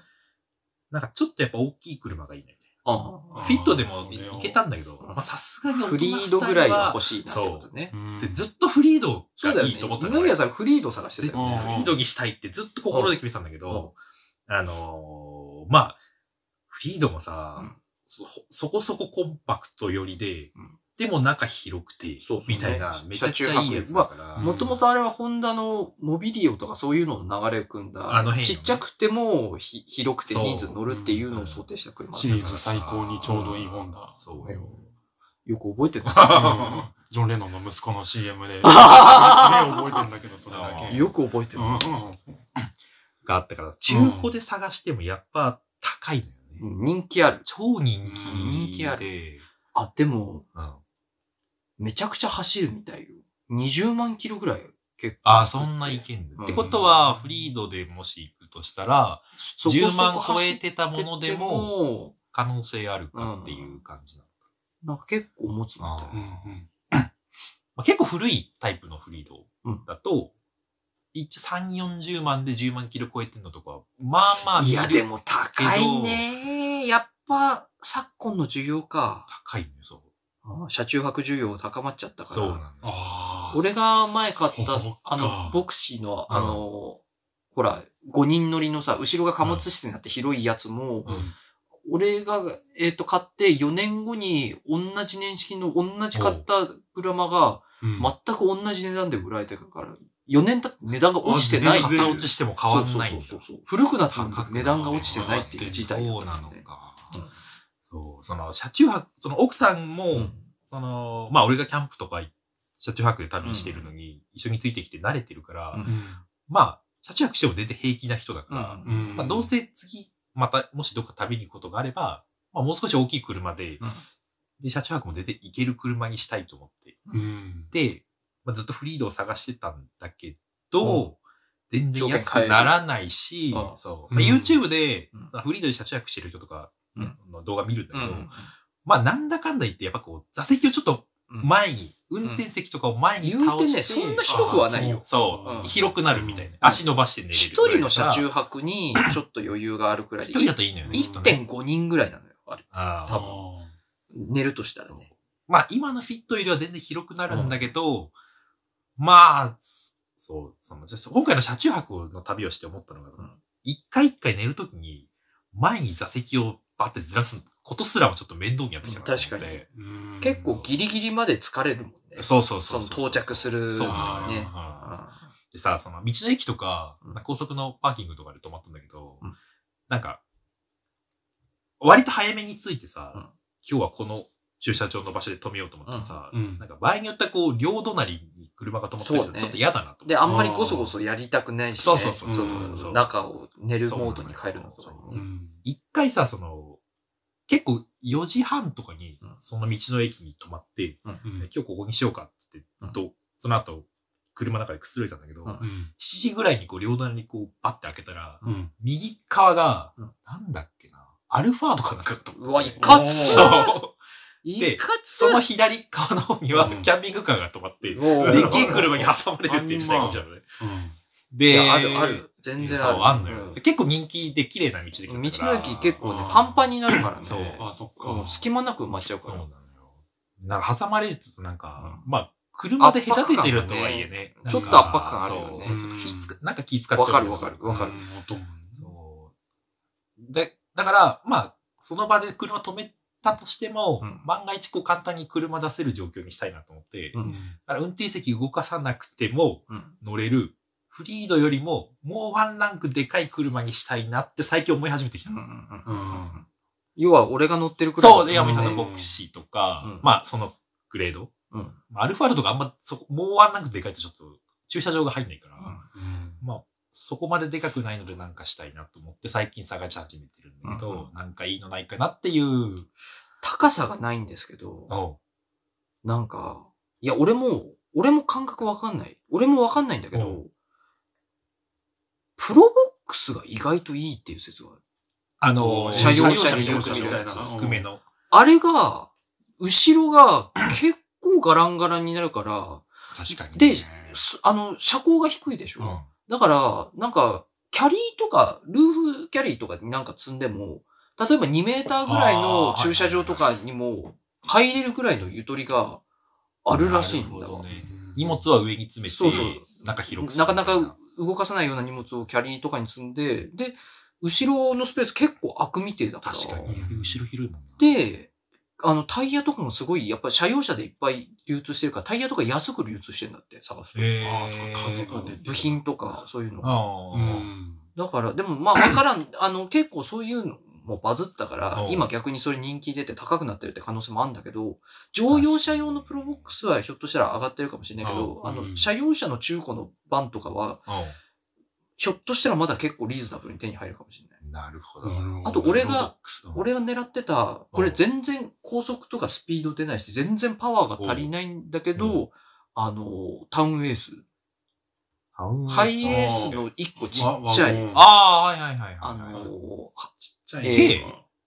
なんかちょっとやっぱ大きい車がいいね。フィットでもいけたんだけど、まあさすがにフリードぐらいが欲しいなってことね。 で、ずっとフリードがいいと思ってた。 二宮さんフリード探してたよね。 フリードにしたいってずっと心で決めてたんだけど、あのー、まあ、フリードもさ、そ、そこそこコンパクト寄りで、でも中広くて、みたいな、めちゃくちゃいいやつだから。 もともとあれはホンダのモビリオとかそういうのの流れを組んだ、あの辺ちっちゃくてもひ広くて人数乗るっていうのを想定した車。 シリーズ最高にちょうどいいホンダ。 そうよ。よく覚えてるジョン・レノンの息子の シーエムで。すげえ覚えてるんだけど、それだけ。 よく覚えてる。 があったから、中古で探してもやっぱ高いのよね。 人気ある。 超人気。 人気ある。あ、でも、めちゃくちゃ走るみたいよ。にじゅうまんキロぐらい結構。ああ、そんないけんだ。ってことは、フリードでもし行くとしたら、じゅうまん超えてたものでも、可能性あるかっていう感じなのか。 なんか結構持つみたい。結構古いタイプのフリードだと、一応さん、よんじゅうまんでじゅうまんキロ超えてんのとか、まあまあいや、でも高いね。やっぱ、昨今の需要か。 高いね、そう。 車中泊需要高まっちゃったから。 そうなんだ。 俺が前買った、あの、ボクシーの、あの、ほら、ごにん乗りのさ、後ろが貨物室になって広いやつも、俺が、えっと、買ってよねんごに同じ年式の同じ買った車が、全く同じ値段で売られてるから、よねん経って値段が落ちてないっていう。 型落ちしても変わんないんだ。 そうそうそう。古くなっても値段が落ちてないっていう事態だった、ね。 そうなのか。そう、その、車中泊、その奥さんも、うん、その、まあ俺がキャンプとか、車中泊で旅してるのに、一緒についてきて慣れてるから、うん、まあ、車中泊しても全然平気な人だから、うん、まあどうせ次、また、もしどっか旅に行くことがあれば、まあもう少し大きい車で、うん、で、車中泊も全然行ける車にしたいと思って。うん、で、まあ、ずっとフリードを探してたんだけど、全然安くならないし、そう。まあ、YouTube で、フリードで車中泊してる人とかの動画見るんだけど、うん、まあなんだかんだ言ってやっぱこう座席をちょっと前に、うん、運転席とかを前に倒して、うん、言うてね、 そんな広くはないよ。 そう。うん、広くなるみたいな。足伸ばして寝れる。 一人の車中泊にちょっと余裕があるくらいで。 一人だといいのよね。 いってんごにんぐらいなのよ。あれ。あ多分。寝るとしたらね。 まあ今のフィットよりは全然広くなるんだけど、うん、まあ、そう、その、今回の車中泊の旅をして思ったのが、一、うん、回一回寝るときに、前に座席をバッてずらすことすらもちょっと面倒にやってきたなと思って。 確かに。結構ギリギリまで疲れるもんね。 そうそうそうその到着する。そうね。 でさ、その道の駅とか、うん、高速のパーキングとかで泊まったんだけど、うん、なんか、割と早めに着いてさ、うん、今日はこの駐車場の場所で止めようと思ったらさ、うん、なんか場合によってはこう、両隣に車が止まってるとちょっと嫌だなと思って、ね。 で、あんまりゴソゴソやりたくないし、ね、 そうそうそうそう。 そう中を寝るモードに変えるのとかにね。 一回さ、その、結構よじはんとかに、その道の駅に止まって、うん、今日ここにしようかってずっと、その後、車の中でくつろいだんだけど、うん、しちじぐらいにこう両隣にこうバッて開けたら、うん、右側が、うん、なんだっけな、アルファードかなんかと。 うわ、いかつそう。で、その左側の方には、キャンピングカーが止まって、でっけえ車に挟まれるっていう時代が起きたのね。 で、ある、ある。全然ある。 そう、あんのよ。結構人気で綺麗な道で来たから。 道の駅結構ね、パンパンになるからね。 そう。あ、そっか。 隙間なく埋まっちゃうから。そうなのよ。 なんか挟まれるとなんか、まあ、車で隔ててるとはいえね。 ちょっと圧迫感あるよね。 ちょっと気つか、なんか気使っちゃう。わかるわかる。わかる。 そう。で、だから、まあ、その場で車止めたとしても、万が一こう簡単に車出せる状況にしたいなと思って、だから運転席動かさなくても乗れる、フリードよりももうワンランクでかい車にしたいなって最近思い始めてきた。 要は俺が乗ってるくらい。 そう、で、山井さんのボクシーとか、まあそのグレード。うん、アルファードとかあんまそこ、もうワンランクでかいとちょっと駐車場が入んないから、うん、まあ、 そこまででかくないのでなんかしたいなと思って最近探し始めてるんだけど、うん、なんかいいのないかなっていう。 高さがないんですけど、なんか、いや、俺も、俺も感覚わかんない。俺もわかんないんだけど、プロボックスが意外といいっていう説がある。 あのー、 車用車によくみたいな。低めの。 あれが、後ろが結構ガランガランになるから、 確かに、ね。 で、あの、車高が低いでしょ。うん、だから、なんか、キャリーとか、ルーフキャリーとかになんか積んでも、例えばにメーターぐらいの駐車場とかにも入れるぐらいのゆとりがあるらしいんだわ。 ね、荷物は上に詰めて、 そうそう。 中広くなかなか動かさないような荷物をキャリーとかに積んで、で、後ろのスペース結構空くみてえだから。 確かに。後ろ広いもんな。 で、あの、タイヤとかもすごい、やっぱり車用車でいっぱい流通してるから、タイヤとか安く流通してるんだって、探すと。 へああ、そっか、数が出てる。 部品とか、そういうのが。 あうん、 だから、でもまあわからん、あの、結構そういうのもバズったから、今逆にそれ人気出て高くなってるって可能性もあるんだけど、乗用車用のプロボックスはひょっとしたら上がってるかもしれないけど、あの、車用車の中古のバンとかは、ひょっとしたらまだ結構リーズナブルに手に入るかもしれない。 なるほど。 あと俺が、俺が狙ってた、これ全然高速とかスピード出ないし、全然パワーが足りないんだけど、あの、タウンエース。ハイエースの一個ちっちゃい。 ああ、はいはいはい。 あの、 ちっちゃい。 K?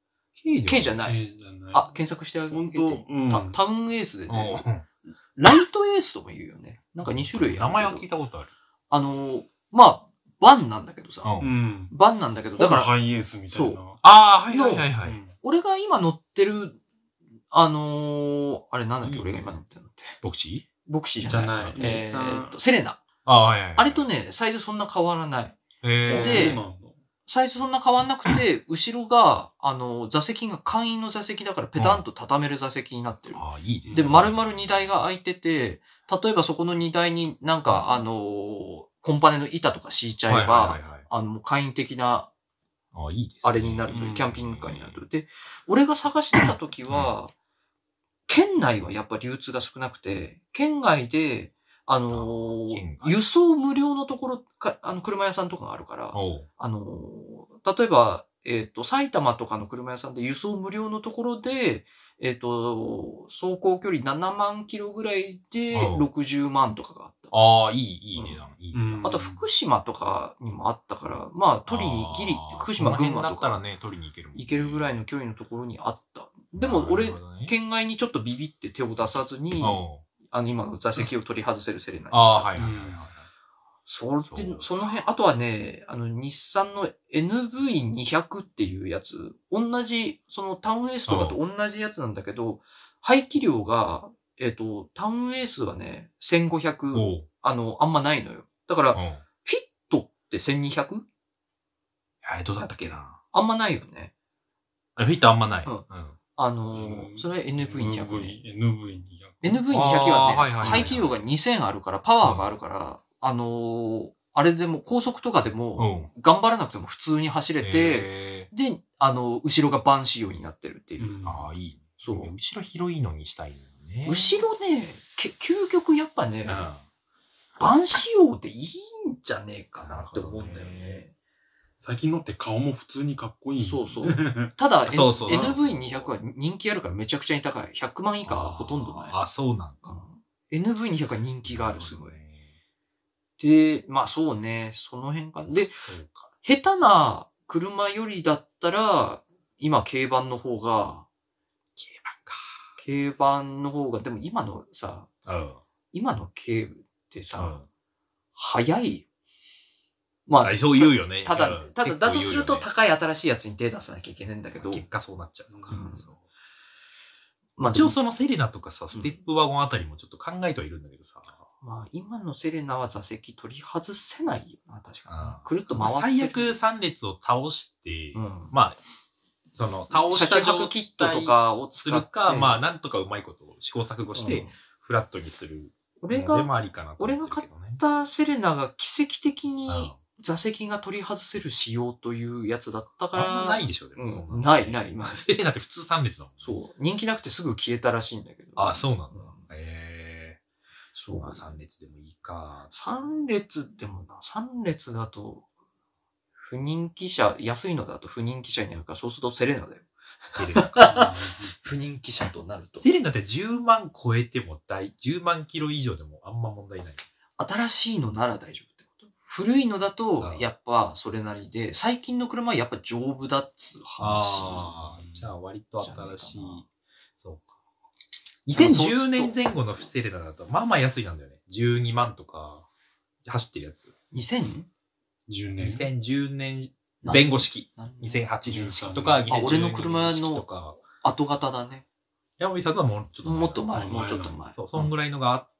K? K じゃない。あ、検索してあげて。タウンエースでね。ライトエースとも言うよね。なんかに種類ある。 名前は聞いたことある。 あの、まあ、バンなんだけどさ。 うん。 バンなんだけど、だから。 ハイエースみたいな。そう。 ああ、はいはいはいはい。 俺が今乗ってる、あのー、あれなんだっけ、俺が今乗ってるのって。 ボクシーボクシーじゃない。 じゃない。 えーっと、セレナ。 ああ、はいはい。 あれとね、サイズそんな変わらない。 へで、サイズそんな変わんなくて、後ろが、あの、座席が簡易の座席だからペタンと畳める座席になってる。 ああ、いいですね。 で、丸々荷台が空いてて、例えばそこの荷台になんか、あの、コンパネの板とか敷いちゃえば、あの、簡易的な、 あいいですね。 あれになると、キャンピングカーになる。で、俺が探してた時は、県内はやっぱ流通が少なくて、県外で、あのー、輸送無料のところか、あの、車屋さんとかがあるから、あのー、例えば、えっと、埼玉とかの車屋さんで輸送無料のところで、えっと、走行距離ななまんキロぐらいでろくじゅうまんとかがあった。 ああ、いい、いい値段、いい値段。 あと、福島とかにもあったから、まあ、取りにギリ、福島、群馬とか、 ね、取りに行ける。 行けるぐらいの距離のところにあった。でも、俺、県外にちょっとビビって手を出さずに、あの、今の座席を取り外せるセレナにした。 ああ、はいはいはい。 それって、その辺、あとはね、あの、日産の エヌブイにひゃく っていうやつ、同じ、そのタウンエースとかと同じやつなんだけど、排気量が、えっと、タウンエースはね、せんごひゃく、あの、あんまないのよ。だから、フィットって せんにひゃく？ え、どうだったっけな。 あんまないよね。 フィットあんまない。 うん。あの、それは エヌブイにひゃく、ね。 エヌブイにひゃく。 エヌブイにひゃく はね、排気量がにせんあるから、パワーがあるから、あのー、あれでも、高速とかでも、頑張らなくても普通に走れて、で、あの、後ろがバン仕様になってるっていう。 ああ、いい。 そう。 後ろ広いのにしたいのね。 後ろね、究極やっぱね、バン仕様でいいんじゃねえかなって思うんだよね。 最近のって顔も普通にかっこいい。 そうそう。ただ、エヌブイにひゃく は人気あるからめちゃくちゃに高い。ひゃくまん以下はほとんどない。 あ、そうなんか。 エヌブイにひゃく は人気がある、すごい。で、まあそうね、その辺か。で、下手な車よりだったら、今軽バンの方が、 軽バンか。 軽バンの方が、でも今のさ、 うん、 今の軽ってさ、うん、速い。まあ、そう言うよね。 ただ、ただ、だとすると高い新しいやつに手出さなきゃいけないんだけど。 結果そうなっちゃうのか。 うん、 そうまあ、一応そのセレナとかさ、ステップワゴンあたりもちょっと考えてはいるんだけどさ。 まあ、今のセレナは座席取り外せないよな、確かに。くるっと回す。 最悪さん列を倒して、うん、まあ、その、倒した状態キットとかをするか、まあ、なんとかうまいことを試行錯誤して、フラットにする。 俺が、俺が買ったセレナが奇跡的に座席が取り外せる仕様というやつだったから。 あんまないでしょ、でも、そんな。 ない、ない。 セレナって普通さん列だもん。 そう。人気なくてすぐ消えたらしいんだけど。 あ、そうなんだ。へえ。 そう。まあさん列でもいいか。 さん列でもな、さん列だと、不人気車、安いのだと不人気車になるから、そうするとセレナだよ。セレナか。不人気車となると。 セレナってじゅうまん超えても大、じゅうまんキロ以上でもあんま問題ない。 新しいのなら大丈夫ってこと？古いのだと、やっぱそれなりで、最近の車はやっぱ丈夫だっつう話。 ああ、じゃあ割と新しい。そうか。にせんじゅうねんぜん後のセレナだと、まあまあ安いなんだよね。じゅうにまんとか、走ってるやつ。 にせんじゅうねんにせんじゅうねん前後式。にせんはちねん式とか、 あ、俺の車の後型だね。 山美さんとはもうちょっと前。もっと前、もうちょっと前。 そう、そんぐらいのがあって、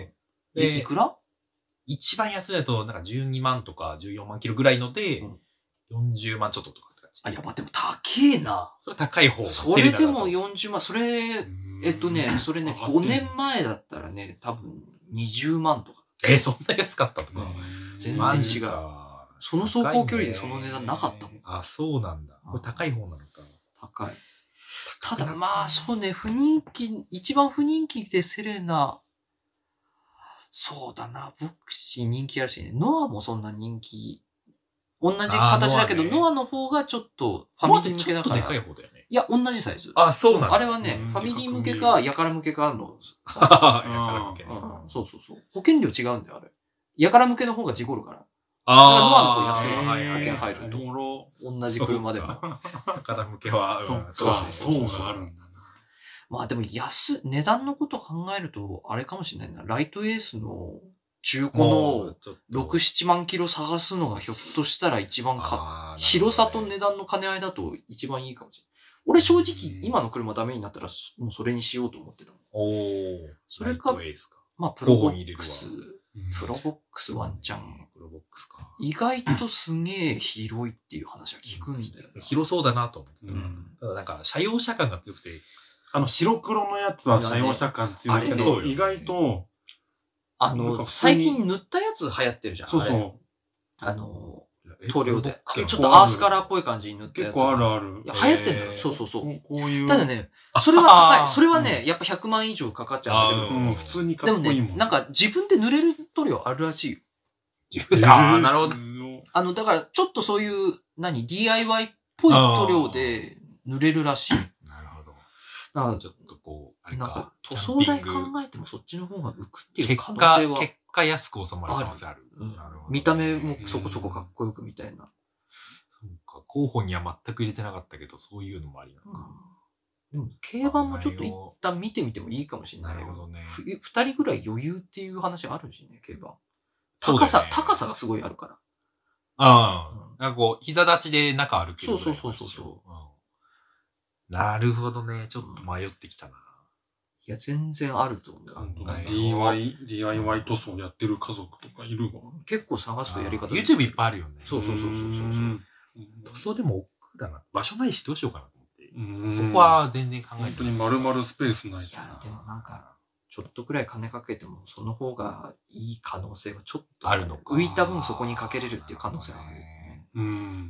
え、いくら？ 一番安いだと、なんかじゅうにまんとかじゅうよんまんキロぐらいので、よんじゅうまんちょっととかって感じ。 あ、やば、でも高えな。 それ高い方。 それでもよんじゅうまん、それ、えっとね、それね、ごねんまえだったらね、多分にじゅうまんとか。 え、そんな安かったとか。 全然違う。その走行距離でその値段なかったもん。 あ、そうなんだ。これ高い方なのか。 高い。ただまあ、そうね、不人気、一番不人気でセレナ、そうだな、ボクシー人気あるしね。ノアもそんな人気。同じ形だけど、ノア、ね、ノアの方がちょっとファミリー向けだから。 ちょっとでかい方だよね。 いや、同じサイズ。 あ、そうなんだ。 あれはね、ファミリー向けか、やから向けかの。 やから向け、ねうん。そうそうそう。保険料違うんだよ、あれ。やから向けの方が事故るから。 ああ。ノアの方安い保険入ると。同じ車でも。やから向けは、 そうそうそうそう。あるんだ。 まあでも安、値段のこと考えると、あれかもしれないな。ライトエースの中古のろく、ななまんキロ探すのがひょっとしたら一番か、広さと値段の兼ね合いだと一番いいかもしれない。俺正直、今の車ダメになったら、もうそれにしようと思ってたの。 おー。 それか、まあプロボックス、プロボックスワンチャン。 プロボックスか。 意外とすげえ広いっていう話は聞くんだよね。 広そうだなと思ってた。ただなんか、車用車感が強くて、 あの、白黒のやつは車用車感強いけど、意外と、 あの、最近塗ったやつ流行ってるじゃん。 そうそう。 あの、塗料で。ちょっとアースカラーっぽい感じに塗ったやつ。 結構あるある。 いや、流行ってんのよ。そうそうそう。 こういう。 ただね、それは高い。それはね、やっぱひゃくまん以上かかっちゃうんだけど。 うん、普通にかっこいいもん。 でもね、なんか自分で塗れる塗料あるらしいよ。 自分で。ああ、なるほど。 あの、だから、ちょっとそういう、何、ディーアイワイ っぽい塗料で塗れるらしい。 なるほど。 だからちょっとこう、あれか。 なんか、塗装代考えてもそっちの方が浮くっていう可能性は。 結果安く収まる可能性ある。 見た目もそこそこかっこよくみたいな。 そうか。候補には全く入れてなかったけど、そういうのもありなのか。 でも、競馬もちょっと一旦見てみてもいいかもしれないよ。 なるほどね。 二人ぐらい余裕っていう話あるしね、競馬。高さ、高さがすごいあるから。 ああ。なんかこう、膝立ちで中歩ける。 そうそうそうそう。 なるほどね。ちょっと迷ってきたな。 いや、全然あると思う。 ディーアイワイ、ディーアイワイ 塗装やってる家族とかいるわ。 結構探すとやり方。 YouTube いっぱいあるよね。 そうそうそうそうそう。 塗装でも億劫だな。場所ないしどうしようかなと思って。そこは全然考えてない。 本当に丸々スペースない。 いや、でもなんか、ちょっとくらい金かけても、その方がいい可能性はちょっとあるのか。 浮いた分そこにかけれるっていう可能性はあるよね。 うん。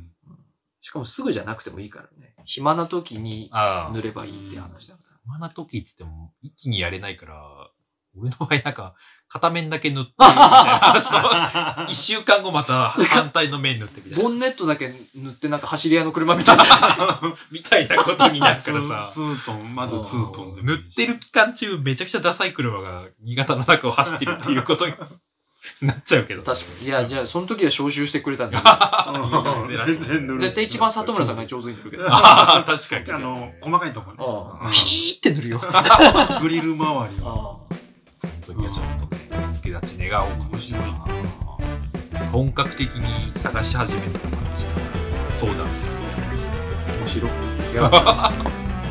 しかもすぐじゃなくてもいいからね。暇な時に塗ればいいっていう話だから。 暇な時って言っても一気にやれないから、俺の場合なんか片面だけ塗ってみたいな。一週間後また反対の面塗ってみたいな。 ボンネットだけ塗ってなんか走り屋の車みたいなやつ。みたいなことになるからさ。 ツートン、まずツートンで。 塗ってる期間中めちゃくちゃダサい車が新潟の中を走ってるっていうことになっちゃうけど。 確かに。いや、じゃあその時は招集してくれたんだけど。全然塗る。 絶対一番里村さんが上手に塗るけど。 ああ、確かに。 あの、細かいとこね。 ピーって塗るよ。 グリル周りを。その時はちょっとね、助立ち願おうかもしれない。本格的に探し始めた感じで相談すると思います。 面白くなってきやがった。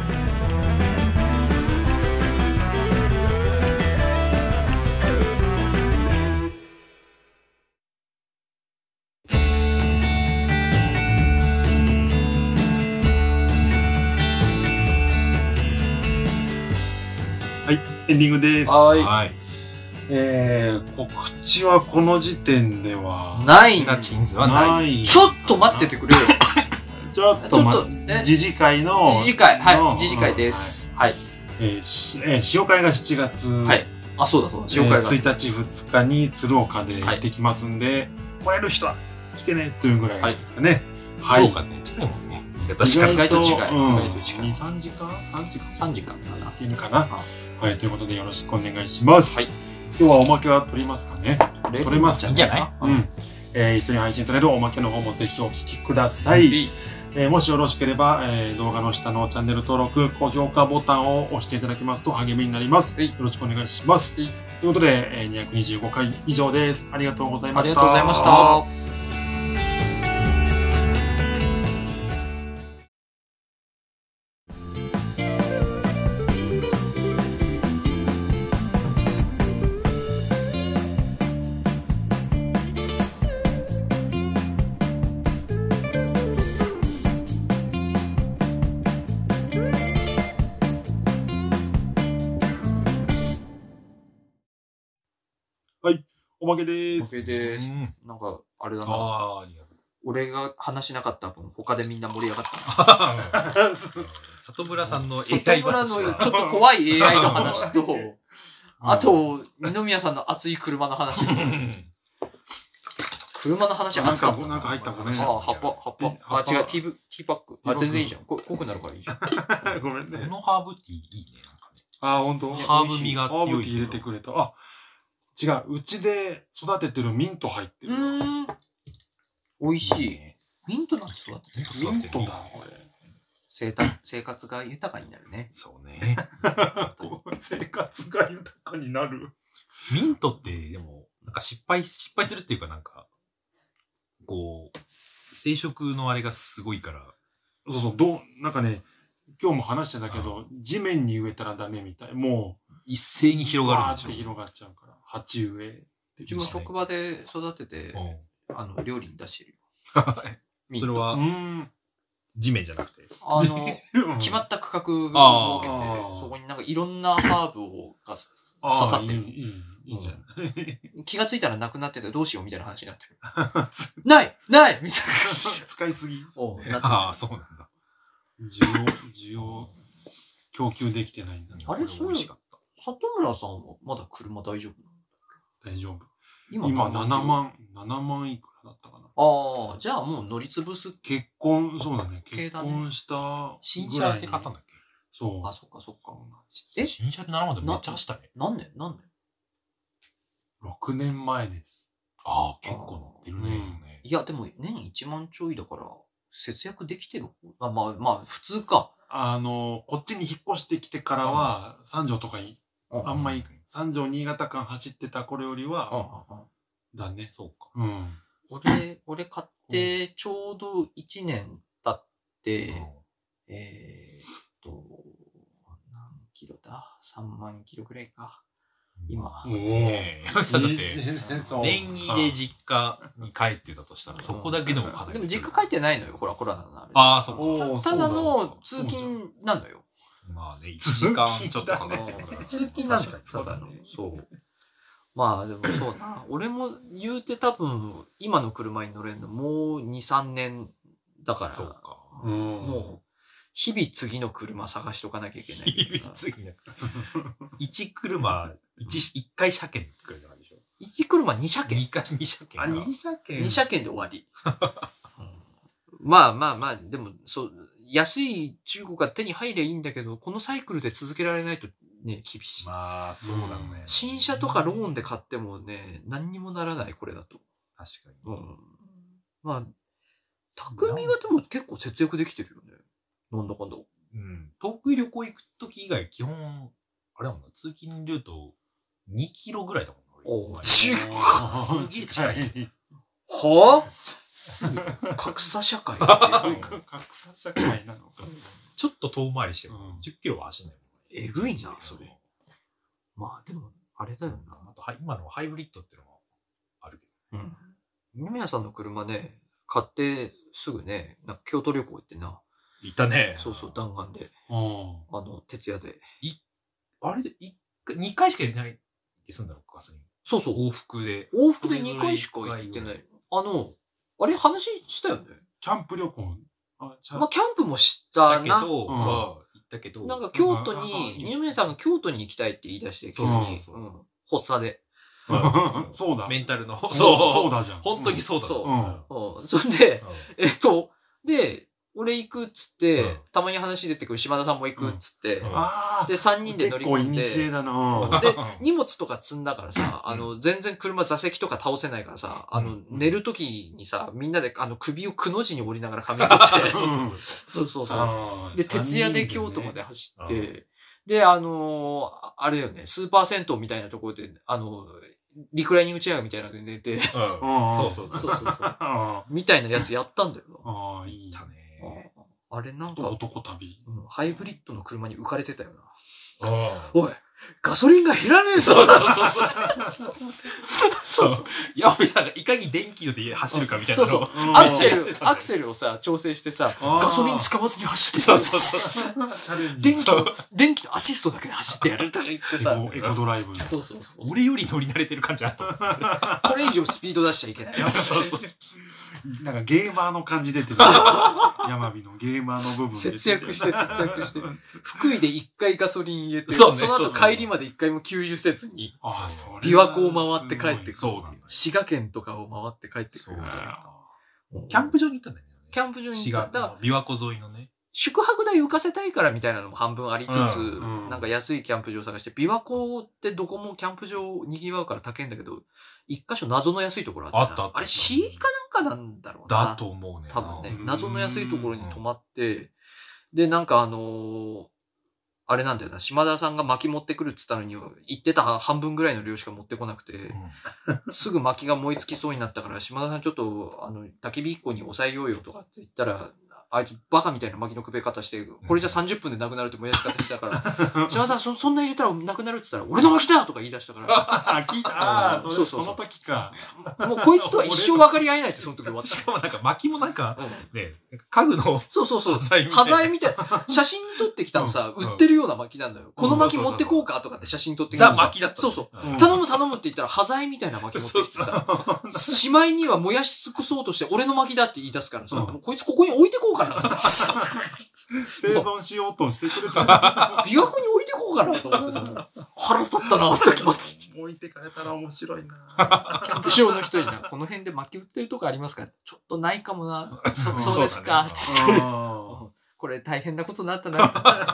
はい、エンディングです。 はい。 えー、告知はこの時点ではないな。チンズはない。 ちょっと待っててくれよ。 ちょっと待って。次次回の。 次次回、はい、次次回です。はい。 えー、試写会がしちがつあ、そうだそうだ、紹介が。 ついたち、ふつかに鶴岡でできますんで、来れる人は来てねというぐらいですかね。 はい。鶴岡ね、近いもんね。 意外と近い。意外と近い。 に、さんじかん ?さん 時間 ?さん 時間かな。 いるかな。はい、ということでよろしくお願いします。はい。今日はおまけは取りますかね。取れます。 いいんじゃない？ うん。えー、一緒に配信されるおまけの方もぜひお聞きください。えー、もしよろしければ、えー、動画の下のチャンネル登録、高評価ボタンを押していただきますと励みになります。よろしくお願いします。ということで、えー、にひゃくにじゅうごかい以上です。ありがとうございました。 ありがとうございました。 はい、おまけでーす。 おまけでーす。なんか、あれだな。ああ、俺が話しなかった分、他でみんな盛り上がった。 里村さんの エーアイ 話。 里村のちょっと怖い エーアイ の話と、あと、二宮さんの熱い車の話。車の話熱かった。 なんか入ったもんね。 ああ、葉っぱ、葉っぱ。あ、違う、ティーブ、ティーパック。あ、全然いいじゃん。濃くなるからいいじゃん。 ごめんね。 このハーブティーいいね。 あ、ほんと？ ハーブ味が強い。 ハーブティー入れてくれた。あ、違う。うちで育ててるミント入ってる。 うん。美味しい。ミントなんて育ててる？ ミントだ、これ。 生活が豊かになるね。 そうね。 生活が豊かになる。 ミントって、でも、なんか失敗、失敗するっていうかなんか、こう、生殖のあれがすごいから。 そうそう、どう、なんかね、今日も話してたけど、地面に植えたらダメみたい。もう、 一斉に広がるんでしょ。バーって広がっちゃうから。鉢植え。 うちも職場で育てて、あの、料理に出してるよ。 それは、地面じゃなくて。 あの、決まった区画を設けて、そこになんかいろんなハーブをが刺さってる。 いいじゃん。 気がついたらなくなっててどうしようみたいな話になってる。ないないみたいな。 使いすぎ。 ああ、そうなんだ。 需要、需要、供給できてないんだね。 あれ、そういう、里村さんはまだ車大丈夫なの？ 大丈夫。今、今ななまん、ななまんいくらだったかな。 ああ、じゃあもう乗りつぶす。 結婚、そうだね。結婚した。 新車って買ったんだっけ？ そう。 あ、そっかそっか。 え？新車でななまんでめっちゃ走ったね。 何年何年 ? ろく 年前です。 ああ、結構乗ってるね。 いや、でも年いちまんちょいだから、節約できてる方。あ、まあまあ、普通か。 あの、こっちに引っ越してきてからは、三条とかに、あんまり、三条新潟間走ってた頃よりは、だね。 そうか。 うん。 俺、俺買ってちょうどいちねん経って、えーっと、何キロだ ?さんまんキロぐらいか。今。 ええ。だって、年季で実家に帰ってたとしたら、そこだけでもかなり。 でも実家帰ってないのよ、ほら、コロナのあれ。 ああ、そうか。ただの通勤なのよ。 まあね、いちじかんちょっとかかる。 通勤なのよ、ただの。そう。まあでもそうな。俺も言うて多分、今の車に乗れるのもうに、さんねんだから。 そうか。 もう、日々次の車探しとかなきゃいけない。 日々次の車。一車、一、一回車検くらいなんでしょ？ 一車二車検。 二回二車検。 あ、二車検。 二車検で終わり。まあまあまあ、でも、そう、安い中古が手に入りゃいいんだけど、このサイクルで続けられないとね、厳しい。 まあ、そうだね。 新車とかローンで買ってもね、何にもならない、これだと。 確かに。 うん。まあ、匠はでも結構節約できてるよね。なんだかんだ。 うん。遠く旅行行くとき以外、基本、あれなんだ、通勤ルートにキロぐらいだもんね。お近い。 すげえ近い。 はぁ格差社会。 格差社会なのか。 ちょっと遠回りしても、じゅっキロは走んないもん。 えぐいな、それ。まあでも、あれだよな。 あと、今のハイブリッドってのもあるけど。うん。二宮さんの車ね、買ってすぐね、なんか京都旅行行ってな。 行ったね。 そうそう、弾丸で。あの、徹夜で。 い、あれで、いっかい、にかいしか行ってないって済んだのか、ガソリン。 そうそう。 往復で。 往復でにかいしか行ってない。あの、あれ話したよね。 キャンプ旅行。 あまあ、キャンプもしたな。 だけど、うん、 ったけど。 なんか京都に、二宮さんが京都に行きたいって言い出して、 そうそうそう。 うん。発作で。 そうだ。 メンタルの。 そうそうだじゃん。 本当にそうだ。 そう。そんで、えっと、で、俺行くっつって、たまに話出てくる島田さんも行くっつって、で、三人で乗り込んで、で、荷物とか積んだからさ、あの、全然車座席とか倒せないからさ、あの、寝るときにさ、みんなであの、首をくの字に折りながら髪取って、そうそうそう。で、徹夜で京都まで走って、で、あの、あれよね、スーパー銭湯みたいなところで、あの、リクライニングチェアみたいなので寝て、 そうそうそう。 みたいなやつやったんだよな。 ああ、いいね。 あれなんか、 男旅。 ハイブリッドの車に浮かれてたよな。おい、ガソリンが減らねえぞ。 そうそうそう。そう。山口さんがいかに電気で走るかみたいなの。 そうそう。アクセル、アクセルをさ、調整してさ、ガソリン使わずに走ってそうそうそう。 電気の、電気のアシストだけで走ってやるとか言ってさ。 エコドライブ。 そうそうそう。 俺より乗り慣れてる感じあった。 これ以上スピード出しちゃいけない。 そうそうそう。なんかゲーマーの感じ出てる。山火のゲーマーの部分。 節約して節約して。福井で一回ガソリン入れて、その後帰りまで一回も給油せずに、琵琶湖を回って帰ってくる。滋賀県とかを回って帰ってくるみたいな。 キャンプ場に行ったんだよね。 キャンプ場に行った。 琵琶湖沿いのね。 宿泊代浮かせたいからみたいなのも半分ありつつ、なんか安いキャンプ場探して、琵琶湖ってどこもキャンプ場賑わうから高いんだけど、一箇所謎の安いところあったな。 あったあった。 あれ シー かなんかなんだろうな。 だと思うね。 多分ね。謎の安いところに泊まって、で、なんかあのー、あれなんだよな、島田さんが薪持ってくるっつったのに、言ってた半分ぐらいの量しか持ってこなくて、うん、すぐ薪が燃え尽きそうになったから、島田さんちょっと、あの、焚き火いっこに抑えようよとかって言ったら、あいつバカみたいな薪のくべ方して、これじゃさんじゅっぷんでなくなるって燃やし方してたから、島田さん そ, そんな入れたらなくなるって言ったら、俺の薪だとか言い出したから。 聞いたああ、そうそうそう。その時か。 もうこいつとは一生分かり合えないってその時終わった。 しかもなんか薪もなんか、ね、家具の。 そうそうそう。端材みたいな。写真撮ってきたのさ、売ってるような薪なんだよ。この薪持ってこうかとかって写真撮ってきた。 ザ薪だった。 そうそう。頼む頼むって言ったら、端材みたいな薪持ってきてさ、しまいには燃やし尽くそうとして、俺の薪だって言い出すからさ、こいつここに置いてこうかな。 生存しようとしてくれた。 琵琶湖に置いてこうかなと思ってさ、腹立ったな、あった気持ち。 置いてかれたら面白いな。 キャンプ場の人にな、この辺で薪売ってるとこありますか？ちょっとないかもな。そ、そうですか。つって。これ大変なことになったな。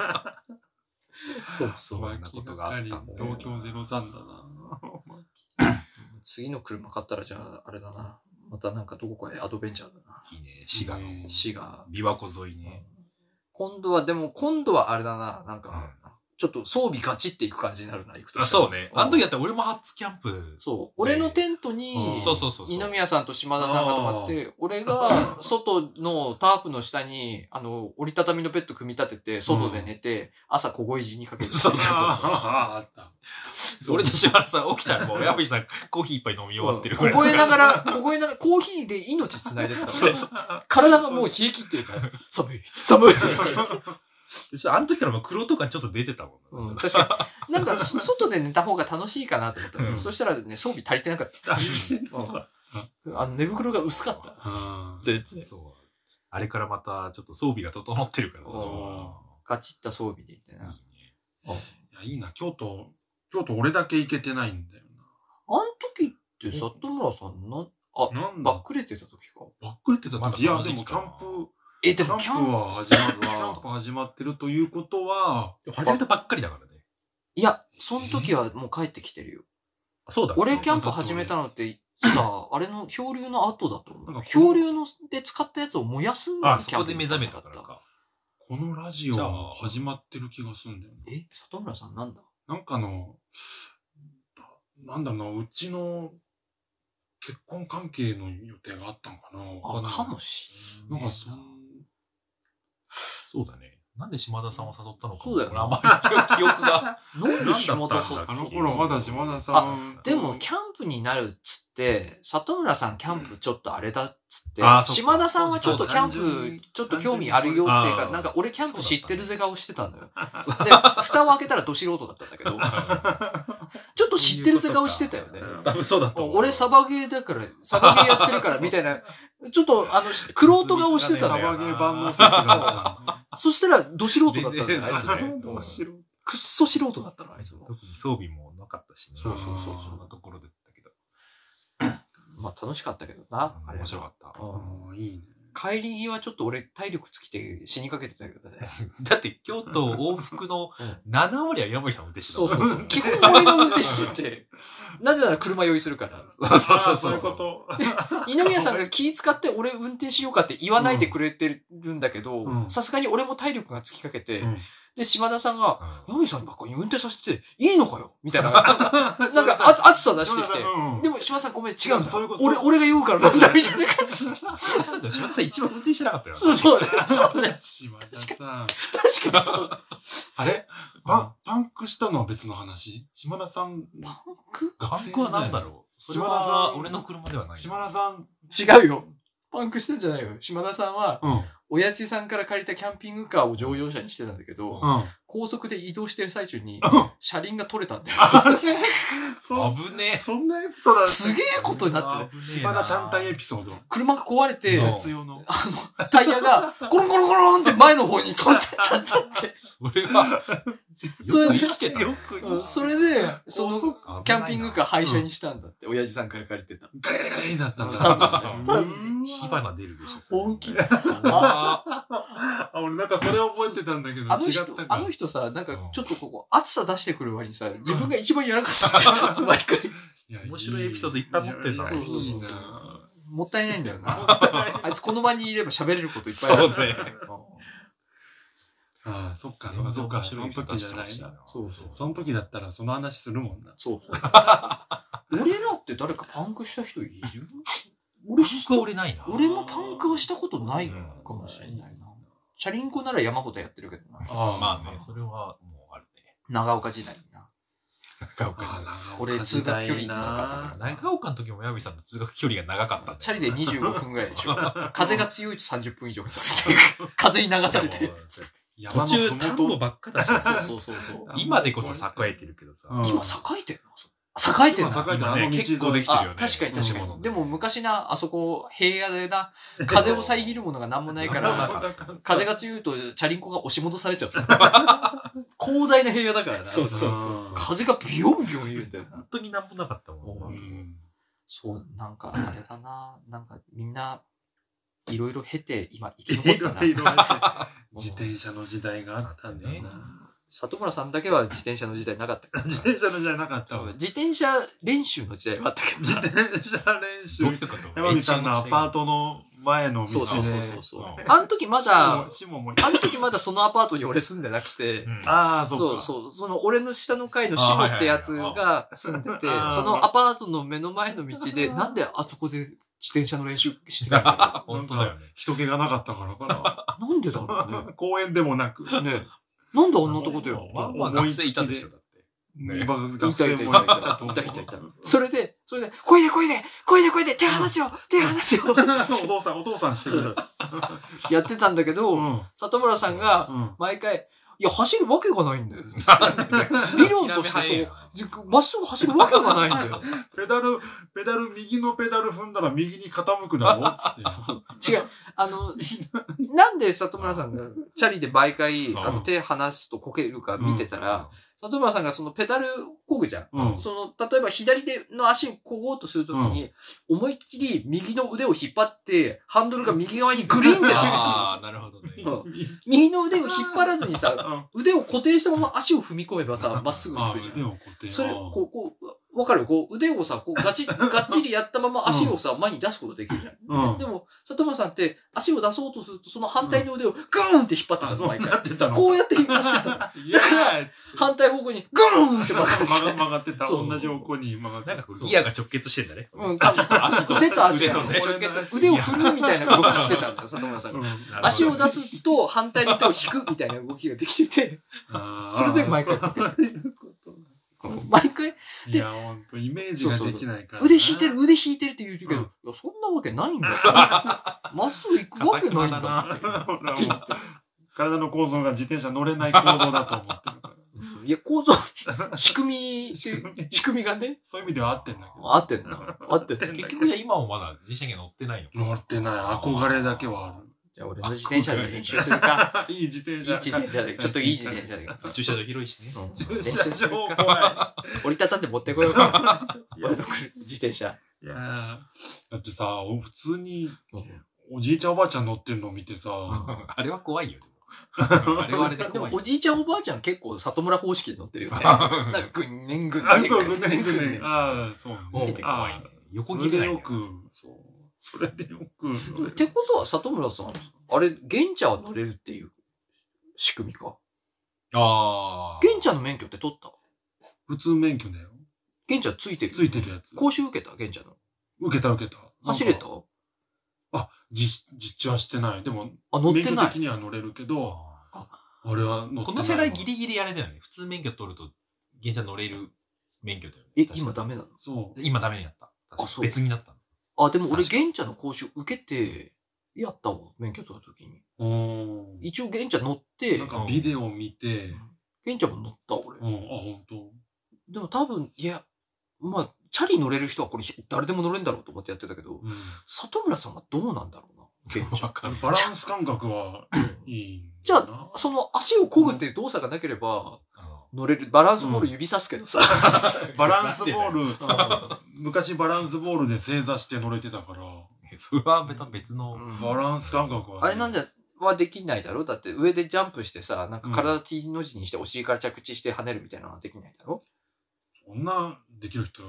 そうそう。 そんなことがあったんだ。 東京ゼロさんだな。 次の車買ったらじゃあ、あれだな。またなんかどこかへアドベンチャーだな。 いいね。滋賀の。 滋賀。 琵琶湖沿いね。 今度は、でも今度はあれだな。なんか、ちょっと装備ガチっていく感じになるな、行くと。 あ、そうね。あの時やったら俺も初キャンプ。 そう。俺のテントに、 そうそうそう。 二宮さんと島田さんが泊まって、俺が外のタープの下に、あの、折りたたみのベッド組み立てて、外で寝て、朝小声地にかけて。 そうそうそう。あった。俺と島田さん起きたらもう、矢吹さんコーヒー一杯飲み終わってるから。凍えながら、凍えながら、コーヒーで命繋いでたから。そうそう。体がもう冷え切ってるから、寒い、寒い。 あの時からもう黒とかちょっと出てたもん、 ね。うん、確かに。なんか、外で寝た方が楽しいかなと思った、うん。そしたらね、装備足りてなかった。うん、あの、寝袋が薄かった。全然。そう。 あれからまたちょっと装備が整ってるからさ。 ガチった装備でいってな。いいね。 いや、いいな。京都、京都俺だけ行けてないんだよな。 あの時って里村さんな、あ、なんばっくれてた時か。 ばっくれてた時。いや、でもキャンプ、 え、でもキャンプは始まる、キャンプ始まってるということは、 始めたばっかりだからね。 いや、その時はもう帰ってきてるよ。 そうだ。 俺キャンプ始めたのってさ、あれの漂流の後だと思う。漂流ので使ったやつを燃やすのがキャンプ。あ、そこで目覚めたからか。 このラジオは始まってる気がするんだよね。 え、里村さんなんだ？ なんかの、なんだろうな、うちの結婚関係の予定があったのかな。 あ、かもしれない。なんかそそうだね。なんで島田さんを誘ったのか。 そうだよな。あまり記憶が。 なんで島田さんあの頃まだ島田さん。 あ、でもキャンプになるっつって、里村さんキャンプちょっとあれだっつって、島田さんはちょっとキャンプちょっと興味あるよっていうか、なんか俺キャンプ知ってるぜ顔してたのよ。で、蓋を開けたらど素人だったんだけど、ちょっと知ってるぜ顔してたよね。 多分そうだと思う。 俺サバゲーだから、サバゲーやってるからみたいな、ちょっとあの、クロート顔してたのよ。 サバゲー万能説があった。 そしたら、ど素人だったんだよ、あいつね。くっそ素人だったの、あいつも。 特に装備もなかったしね。 そうそうそう。 そんなところだったけど。 まあ楽しかったけどな。 面白かった。 ああ、いいね。 帰り際ちょっと俺体力尽きて死にかけてたけどね。 だって京都往復のなな割は山口さん運転してた。 そうそうそう。基本俺が運転してて、なぜなら車用意するから。 そうそうそう。 そういうこと。 二宮さんが気使って俺運転しようかって言わないでくれてるんだけど、さすがに俺も体力が尽きかけて、うんで、島田さんが、山口さんばっかり運転させていいのかよみたいな。なんか、なんか熱さ出してきて。でも、島田さんごめん、違うんだ。俺、俺が言うからなんだ、みたいな感じ。 島田さん一番運転してなかったよ。 そうそうね。そうね。 島田さん。 確かにそう。 あれパパンクしたのは別の話島田さん。 パンクパンクは何だろう島田さん、俺の車ではない。 島田さん。 違うよ。パンクしたんじゃないよ。島田さんは、親父さんから借りたキャンピングカーを乗用車にしてたんだけど、うん、高速で移動してる最中に、車輪が取れたんだよ。 危ねえ。 そんなエピソードすげえことになってる。 島田単体エピソード。 車が壊れて、あの、タイヤが、コロンコロンコロンって前の方に飛んでったんだって。 それが、それで生きてた。 それで、その、キャンピングカー廃車にしたんだって、親父さんから借りてた。 ガリガリガリだったんだ。 多分、火花出るでしょ。 本気。 あ、俺なんかそれ覚えてたんだけど、 あの人、あの人さ、なんかちょっとここ、熱さ出してくる割にさ、自分が一番やらかすって、毎回。 面白いエピソードいっぱい持ってんだね。 いいな。 もったいないんだよな。あいつこの場にいれば喋れることいっぱいある。 そうね。 ああ、そっか、そっか、そっか、その時じゃないな。 そうそう。 その時だったらその話するもんな。 そうそう。俺らって誰かパンクした人いる俺パンクは俺ないな。 俺もパンクはしたことないかもしれないな。チャリンコなら山ほどやってるけどな。 ああ、まあね、それはもうあるね。 長岡時代にな。 長岡時代。 俺通学距離長かったから。 長岡の時も矢部さんの通学距離が長かったんだよ。 チャリでにじゅうごふんぐらいでしょ。風が強いとさんじゅっぷん以上かかる。風に流されて。 途中田んぼばっかだし。 そうそうそう。 今でこそ栄えてるけどさ。 今栄えてるの栄えてるの栄えてるね。結構できてるよね。 確かに確かに。でも昔な、あそこ平野でな、風を遮るものが何もないから、風が強いとチャリンコが押し戻されちゃう。広大な平野だからな。 そうそうそう。 風がビヨンビヨン言うんだよな。 本当に何もなかったもん。 そう、なんかあれだな。なんかみんな、いろいろ経て今生き残ったな。 自転車の時代があったんだよな。 里村さんだけは自転車の時代なかった。 自転車の時代なかったわ。 自転車練習の時代はあったけど。 自転車練習。山口さんのアパートの前の道で。 そうそうそうそう。あの時まだ、あの時まだそのアパートに俺住んでなくて。 ああ、 そうそう。その俺の下の階のシモってやつが住んでて、そのアパートの目の前の道で、なんであそこで自転車の練習してたんだろう。本当だよね。 人気がなかったからかな。 なんでだろうね。 公園でもなく。 ね。なんであんなとこでよ。 まあまあ学生いたでしょ、だって。 ね、 学生もいたいたいた。いたいたいた。それで、それで、こいでこいでこいでこいで手離しよ手離しよお父さん、お父さんしてくれる。 やってたんだけど、里村さんが、毎回、いや、走るわけがないんだよ。理論としてそう、まっすぐ走るわけがないんだよ。 ペダル、ペダル、右のペダル踏んだら右に傾くだろつって。 違う。あの、なんで里村さんがチャリで毎回、あの、手離すとこけるか見てたら、里村さんがそのペダル漕ぐじゃん。うん、その、例えば左手の足を漕ごうとするときに、うん、思いっきり右の腕を引っ張って、ハンドルが右側にグリーンってなってくる。 ああ、なるほどね。 右の腕を引っ張らずにさ、腕を固定したまま足を踏み込めばさ、まっすぐ行くじゃん。 腕を固定。 それ、こう、こう、わかるこう、腕をさ、こう、ガチ、ガッチリやったまま足をさ、前に出すことできるじゃん。うん、でも、里村さんって、足を出そうとすると、その反対の腕をグーンって引っ張ってたの、毎回。こうやって引っ張ってたの。だから、反対方向にグーンって曲がってた。同じ方向に曲がってた。 なんかギアが直結してんだね。 うん、足と足と。腕と足が直結。腕を振るみたいな動きしてたんだよ、里村さんが。足を出すと、反対の手を引くみたいな動きができてて、それで毎回。毎回。 いや、ほんと、イメージができないから。 腕引いてる、腕引いてるって言うけど、いや、そんなわけないんだよ。まっすぐ行くわけないんだって。 体の構造が自転車乗れない構造だと思ってるから。 いや、構造、仕組み、仕組みがね。 そういう意味では合ってんだけど。 合ってんだ。合ってんだ。 結局じゃあ今もまだ自転車に乗ってないの乗ってない。憧れだけはある。 じゃあ俺の自転車で練習するか。 いい自転車。 いい自転車で、ちょっといい自転車で。 駐車場広いしね。 駐車場怖い。 折りたたんで持ってこようか。俺の自転車。 いやだってさ、普通に、おじいちゃんおばあちゃん乗ってるのを見てさ、 あれは怖いよ。あれはあれで怖い。 でもおじいちゃんおばあちゃん結構里村方式で乗ってるよね。なんかぐんねんぐんねん。 あ、そう、ぐんねんぐんねん。ああ、そう。 見てて怖いね。横切れない。 よく、そう。それでよく。 ってことは里村さん、あれ、玄茶は乗れるっていう仕組みか。 ああ。 玄茶の免許って取った？ 普通免許だよ。 玄茶ついてる？ ついてるやつ。 講習受けた？玄茶の。 受けた受けた。 走れた？ あ、実、実地はしてない。でも、 あ、乗ってない。 免許的には乗れるけど、あ俺は乗ってない。 この世代ギリギリあれだよね。普通免許取ると、玄茶乗れる免許だよね。 え、今ダメなの？ そう。 今ダメになった。 あ、そう。 別になったの。 あ、でも俺玄茶の講習受けて、やったわ。免許取るときに。一応玄茶乗って、 なんかビデオ見て、 玄茶も乗った俺。 うん、あ、本当。 でも多分、いや、まあ、チャリ乗れる人はこれ誰でも乗れるんだろうと思ってやってたけど、うん、里村さんはどうなんだろうな、玄茶。 バランス感覚はいい。 じゃあ、その足を漕ぐっていう動作がなければ、乗れる。バランスボール指さすけどさ。 うん、バランスボール、昔バランスボールで正座して乗れてたから。 それは別の、 うん、バランス感覚は、ね。 あれなんじゃ、はできないだろ？だって上でジャンプしてさ、なんか体 T の字にしてお尻から着地して跳ねるみたいなのはできないだろ？ そんな、できる人、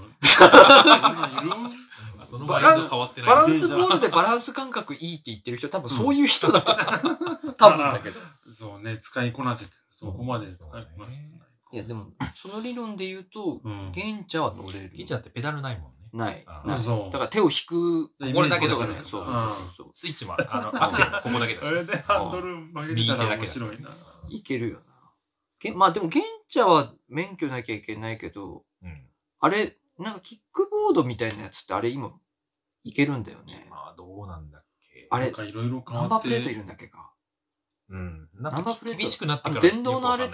バランス、バランスボールでバランス感覚いいって言ってる人多分そういう人だと思う。多分だけど。 そうね、使いこなせて、そこまで使いこなせてない。 いやでも、その理論で言うと、玄茶は乗れる。 玄茶ってペダルないもんね。 ない。ない。だから手を引く、 これだけとかね。 そうそうそう。 スイッチも、あの、アクセルここだけだし。 それでハンドル曲げてたら面白いな。 いけるよな。まあでも玄茶は免許なきゃいけないけど、あれ、なんかキックボードみたいなやつってあれ今、いけるんだよね。 まあどうなんだっけ。 あれ、なんかいろいろナンバープレートいるんだっけか。 うん。ナンバープレート厳しくなってから。 電動のあれって、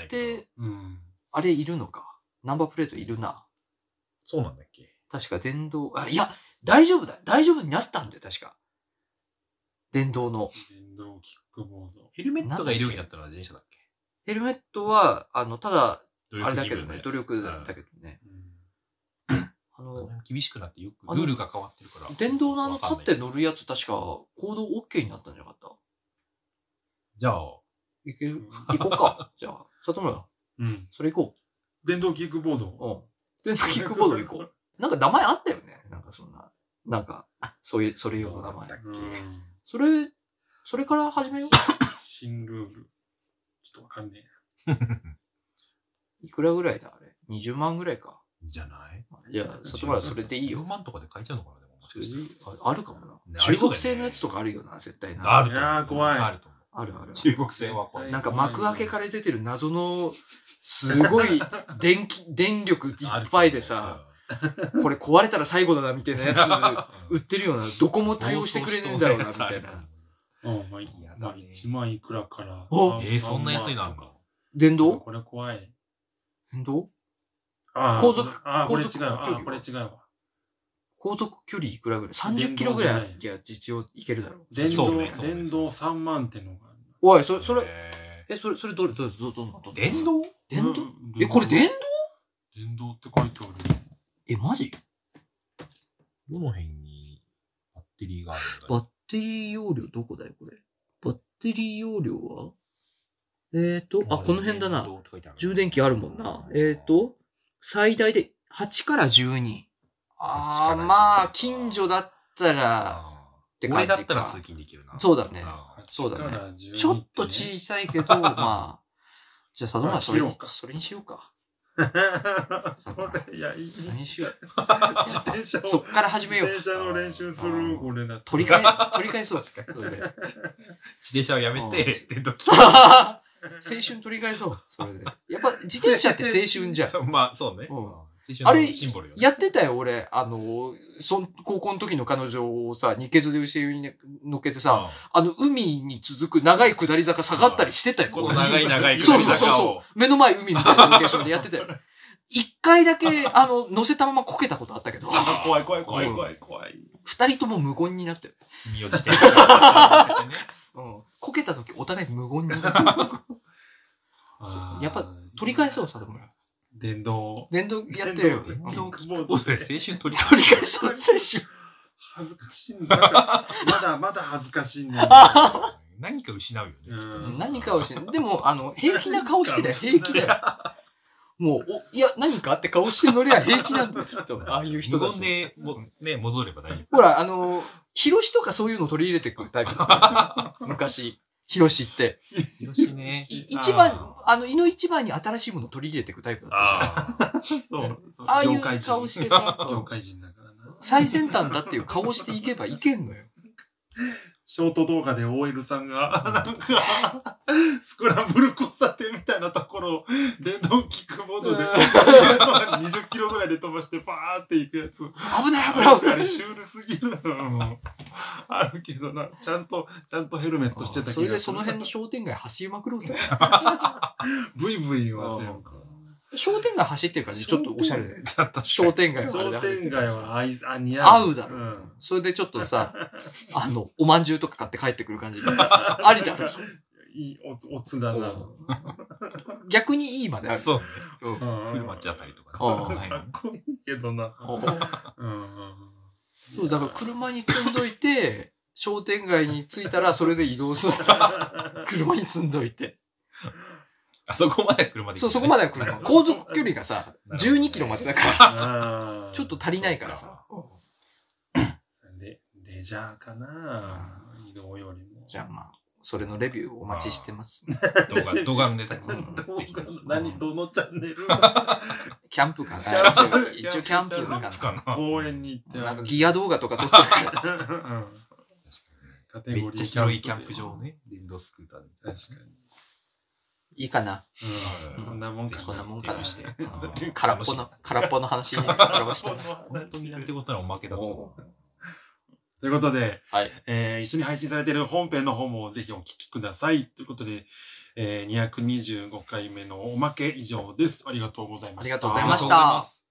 あれいるのか。ナンバープレートいるな。 そうなんだっけ。 確か電動、あ、いや、大丈夫だ。大丈夫になったんだよ、確か。電動の。 電動キックボード。 ヘルメットがいるようになったのは自転車だっけ。 ヘルメットは、あの、ただ、あれだけどね、努力だけどね。 あの、厳しくなってよく、ルールが変わってるから。 電動のあの、立って乗るやつ確か、行動 OK になったんじゃなかった？ じゃあ、 いける？行こうか。じゃあ、里村。うん。それ行こう。電動キックボード。 うん。電動キックボード行こう。なんか名前あったよね。なんかそんな、なんか、そういう、それ用の名前。それ、それから始めよう。 新ルール。ちょっとわかんねえ。いくらぐらいだあれ？にじゅうまんぐらいか。 じゃないじゃあ、里村それでいいよ。 じゅうまんとかで買えちゃうのかなでももしかしてあるかもな。中国製のやつとかあるよな、絶対な。 ある。 いやー、怖い。 あるある。 中国製は怖い。 なんか幕開けから出てる謎の、すごい電気、電力いっぱいでさ、これ壊れたら最後だなみたいなやつ売ってるような、どこも対応してくれねえんだろうなみたいな。 うん、まあいいや。まあいちまんいくらから。 えー、そんな安いのあるの？ 電動？ これ怖い。 電動？ ああ、 高速、 高速距離。ああ、これ違うわ。 高速距離いくらぐらい ?さんじゅっキロぐらいありゃ実用いけるだろう。 電動、電動さんまんってのがある。 おい、それ、それ、え、それ、それどれ、どれ、どれ、どれ、どれ、 電動電動え、これ電動電動って書いてある。 え、マジ？ どの辺にバッテリーがあるんだ？バッテリー容量どこだよ、これ。バッテリー容量はえーと、あ、この辺だな。充電器あるもんな。えーと、最大ではちからじゅうに。ああ、まあ、近所だったら、 って感じか。俺だったら通勤できるな。 そうだね。そうだね。ちょっと小さいけど、まあ。じゃあ、佐藤村それ、それにしようか。 それ、いや、いい。 それにしよう。 自転車を。 そっから始めよう。 自転車の練習する、これだ。 取り替え、取り替えそう。 自転車をやめて、電動機。 青春取り返そう。それで。やっぱ自転車って青春じゃん。 そう、まあ、そうね。 あれ、やってたよ、俺。あの、そん、高校の時の彼女をさ、二ケツで後ろに乗っけてさ、あの、海に続く長い下り坂下がったりしてたよ。 この長い長い下り坂を。 そうそうそう。目の前海みたいなロケーションでやってたよ。一回だけ、あの、乗せたままこけたことあったけど。 怖い怖い怖い怖い怖い。 二人とも無言になってる。 君を自転車に乗せてね。 うん。 た時お互い無言に。やっぱ取り返そう、里村。 電動。 電動やってよ。 電動キックボードで青春取り取り返そう、青春。 恥ずかしいんだ。まだ、まだ恥ずかしいんだよ。 何か失うよね。 何かを失う。でも、あの、平気な顔してりゃ平気だよ。もう、お、いや、何かって顔して乗りゃ平気なんだよ、きっと。ああいう人無言で、も、ね、戻れば大丈夫。ほら、あの、ヒロシとかそういうの取り入れてくるタイプだった。昔。ヒロシって。 ヒロシね。 一番、あの、胃の一番に新しいものを取り入れていくタイプだったじゃん。そう。ああいう顔してさ、 業界人だからな。 最先端だっていう顔していけばいけんのよ。 ショート動画で オーエル さんが、なんか、スクランブル交差点みたいなところを、電動キックボードで、にじゅっキロぐらいで飛ばして、パーっていくやつ。 危ない危ない危ない。 あれ、シュールすぎるな。あるけどな、ちゃんと、ちゃんとヘルメットしてた気がする。 それでその辺の商店街走りまくろうぜ。 ブイブイ言わせようか。 商店街走ってるからちょっとおしゃれだよ。商店街は商店街はあい、あ、似合う。合うだろ、うん。それでちょっとさ、あの、おまんじゅうとか買って帰ってくる感じ。ありだろ。 いい、お、おつだな。 逆にいいまである。 そうね。うん。古町あたりとか。 かっこいいけどな。 そう、だから車に積んどいて、商店街に着いたらそれで移動する。車に積んどいて。 あそこまで車で、ね、 そう、そこまでは車。航続距離がさ、じゅうにキロまでだから、ちょっと足りないからさ。 レ、レジャーかな、移動よりも。 じゃあまあ、それのレビューをお待ちしてます。 動画、動画のネタに。 何、どのチャンネルキャンプかな一応キャンプかな公園に行って。 なんかギア動画とか撮ってるから。 めっちゃ広いキャンプ場ね。電動スクーターで。 確かに。 いいかな。 うん。こんなもんかな。 こんなもんかなして。空っぽの、空っぽの話に膨らました。 本当になんてことはおまけだと。 ということで、 はい。 えー、一緒に配信されている本編の方もぜひお聞きください。ということで、えー、にひゃくにじゅうごかいめのおまけ以上です。ありがとうございました。 ありがとうございました。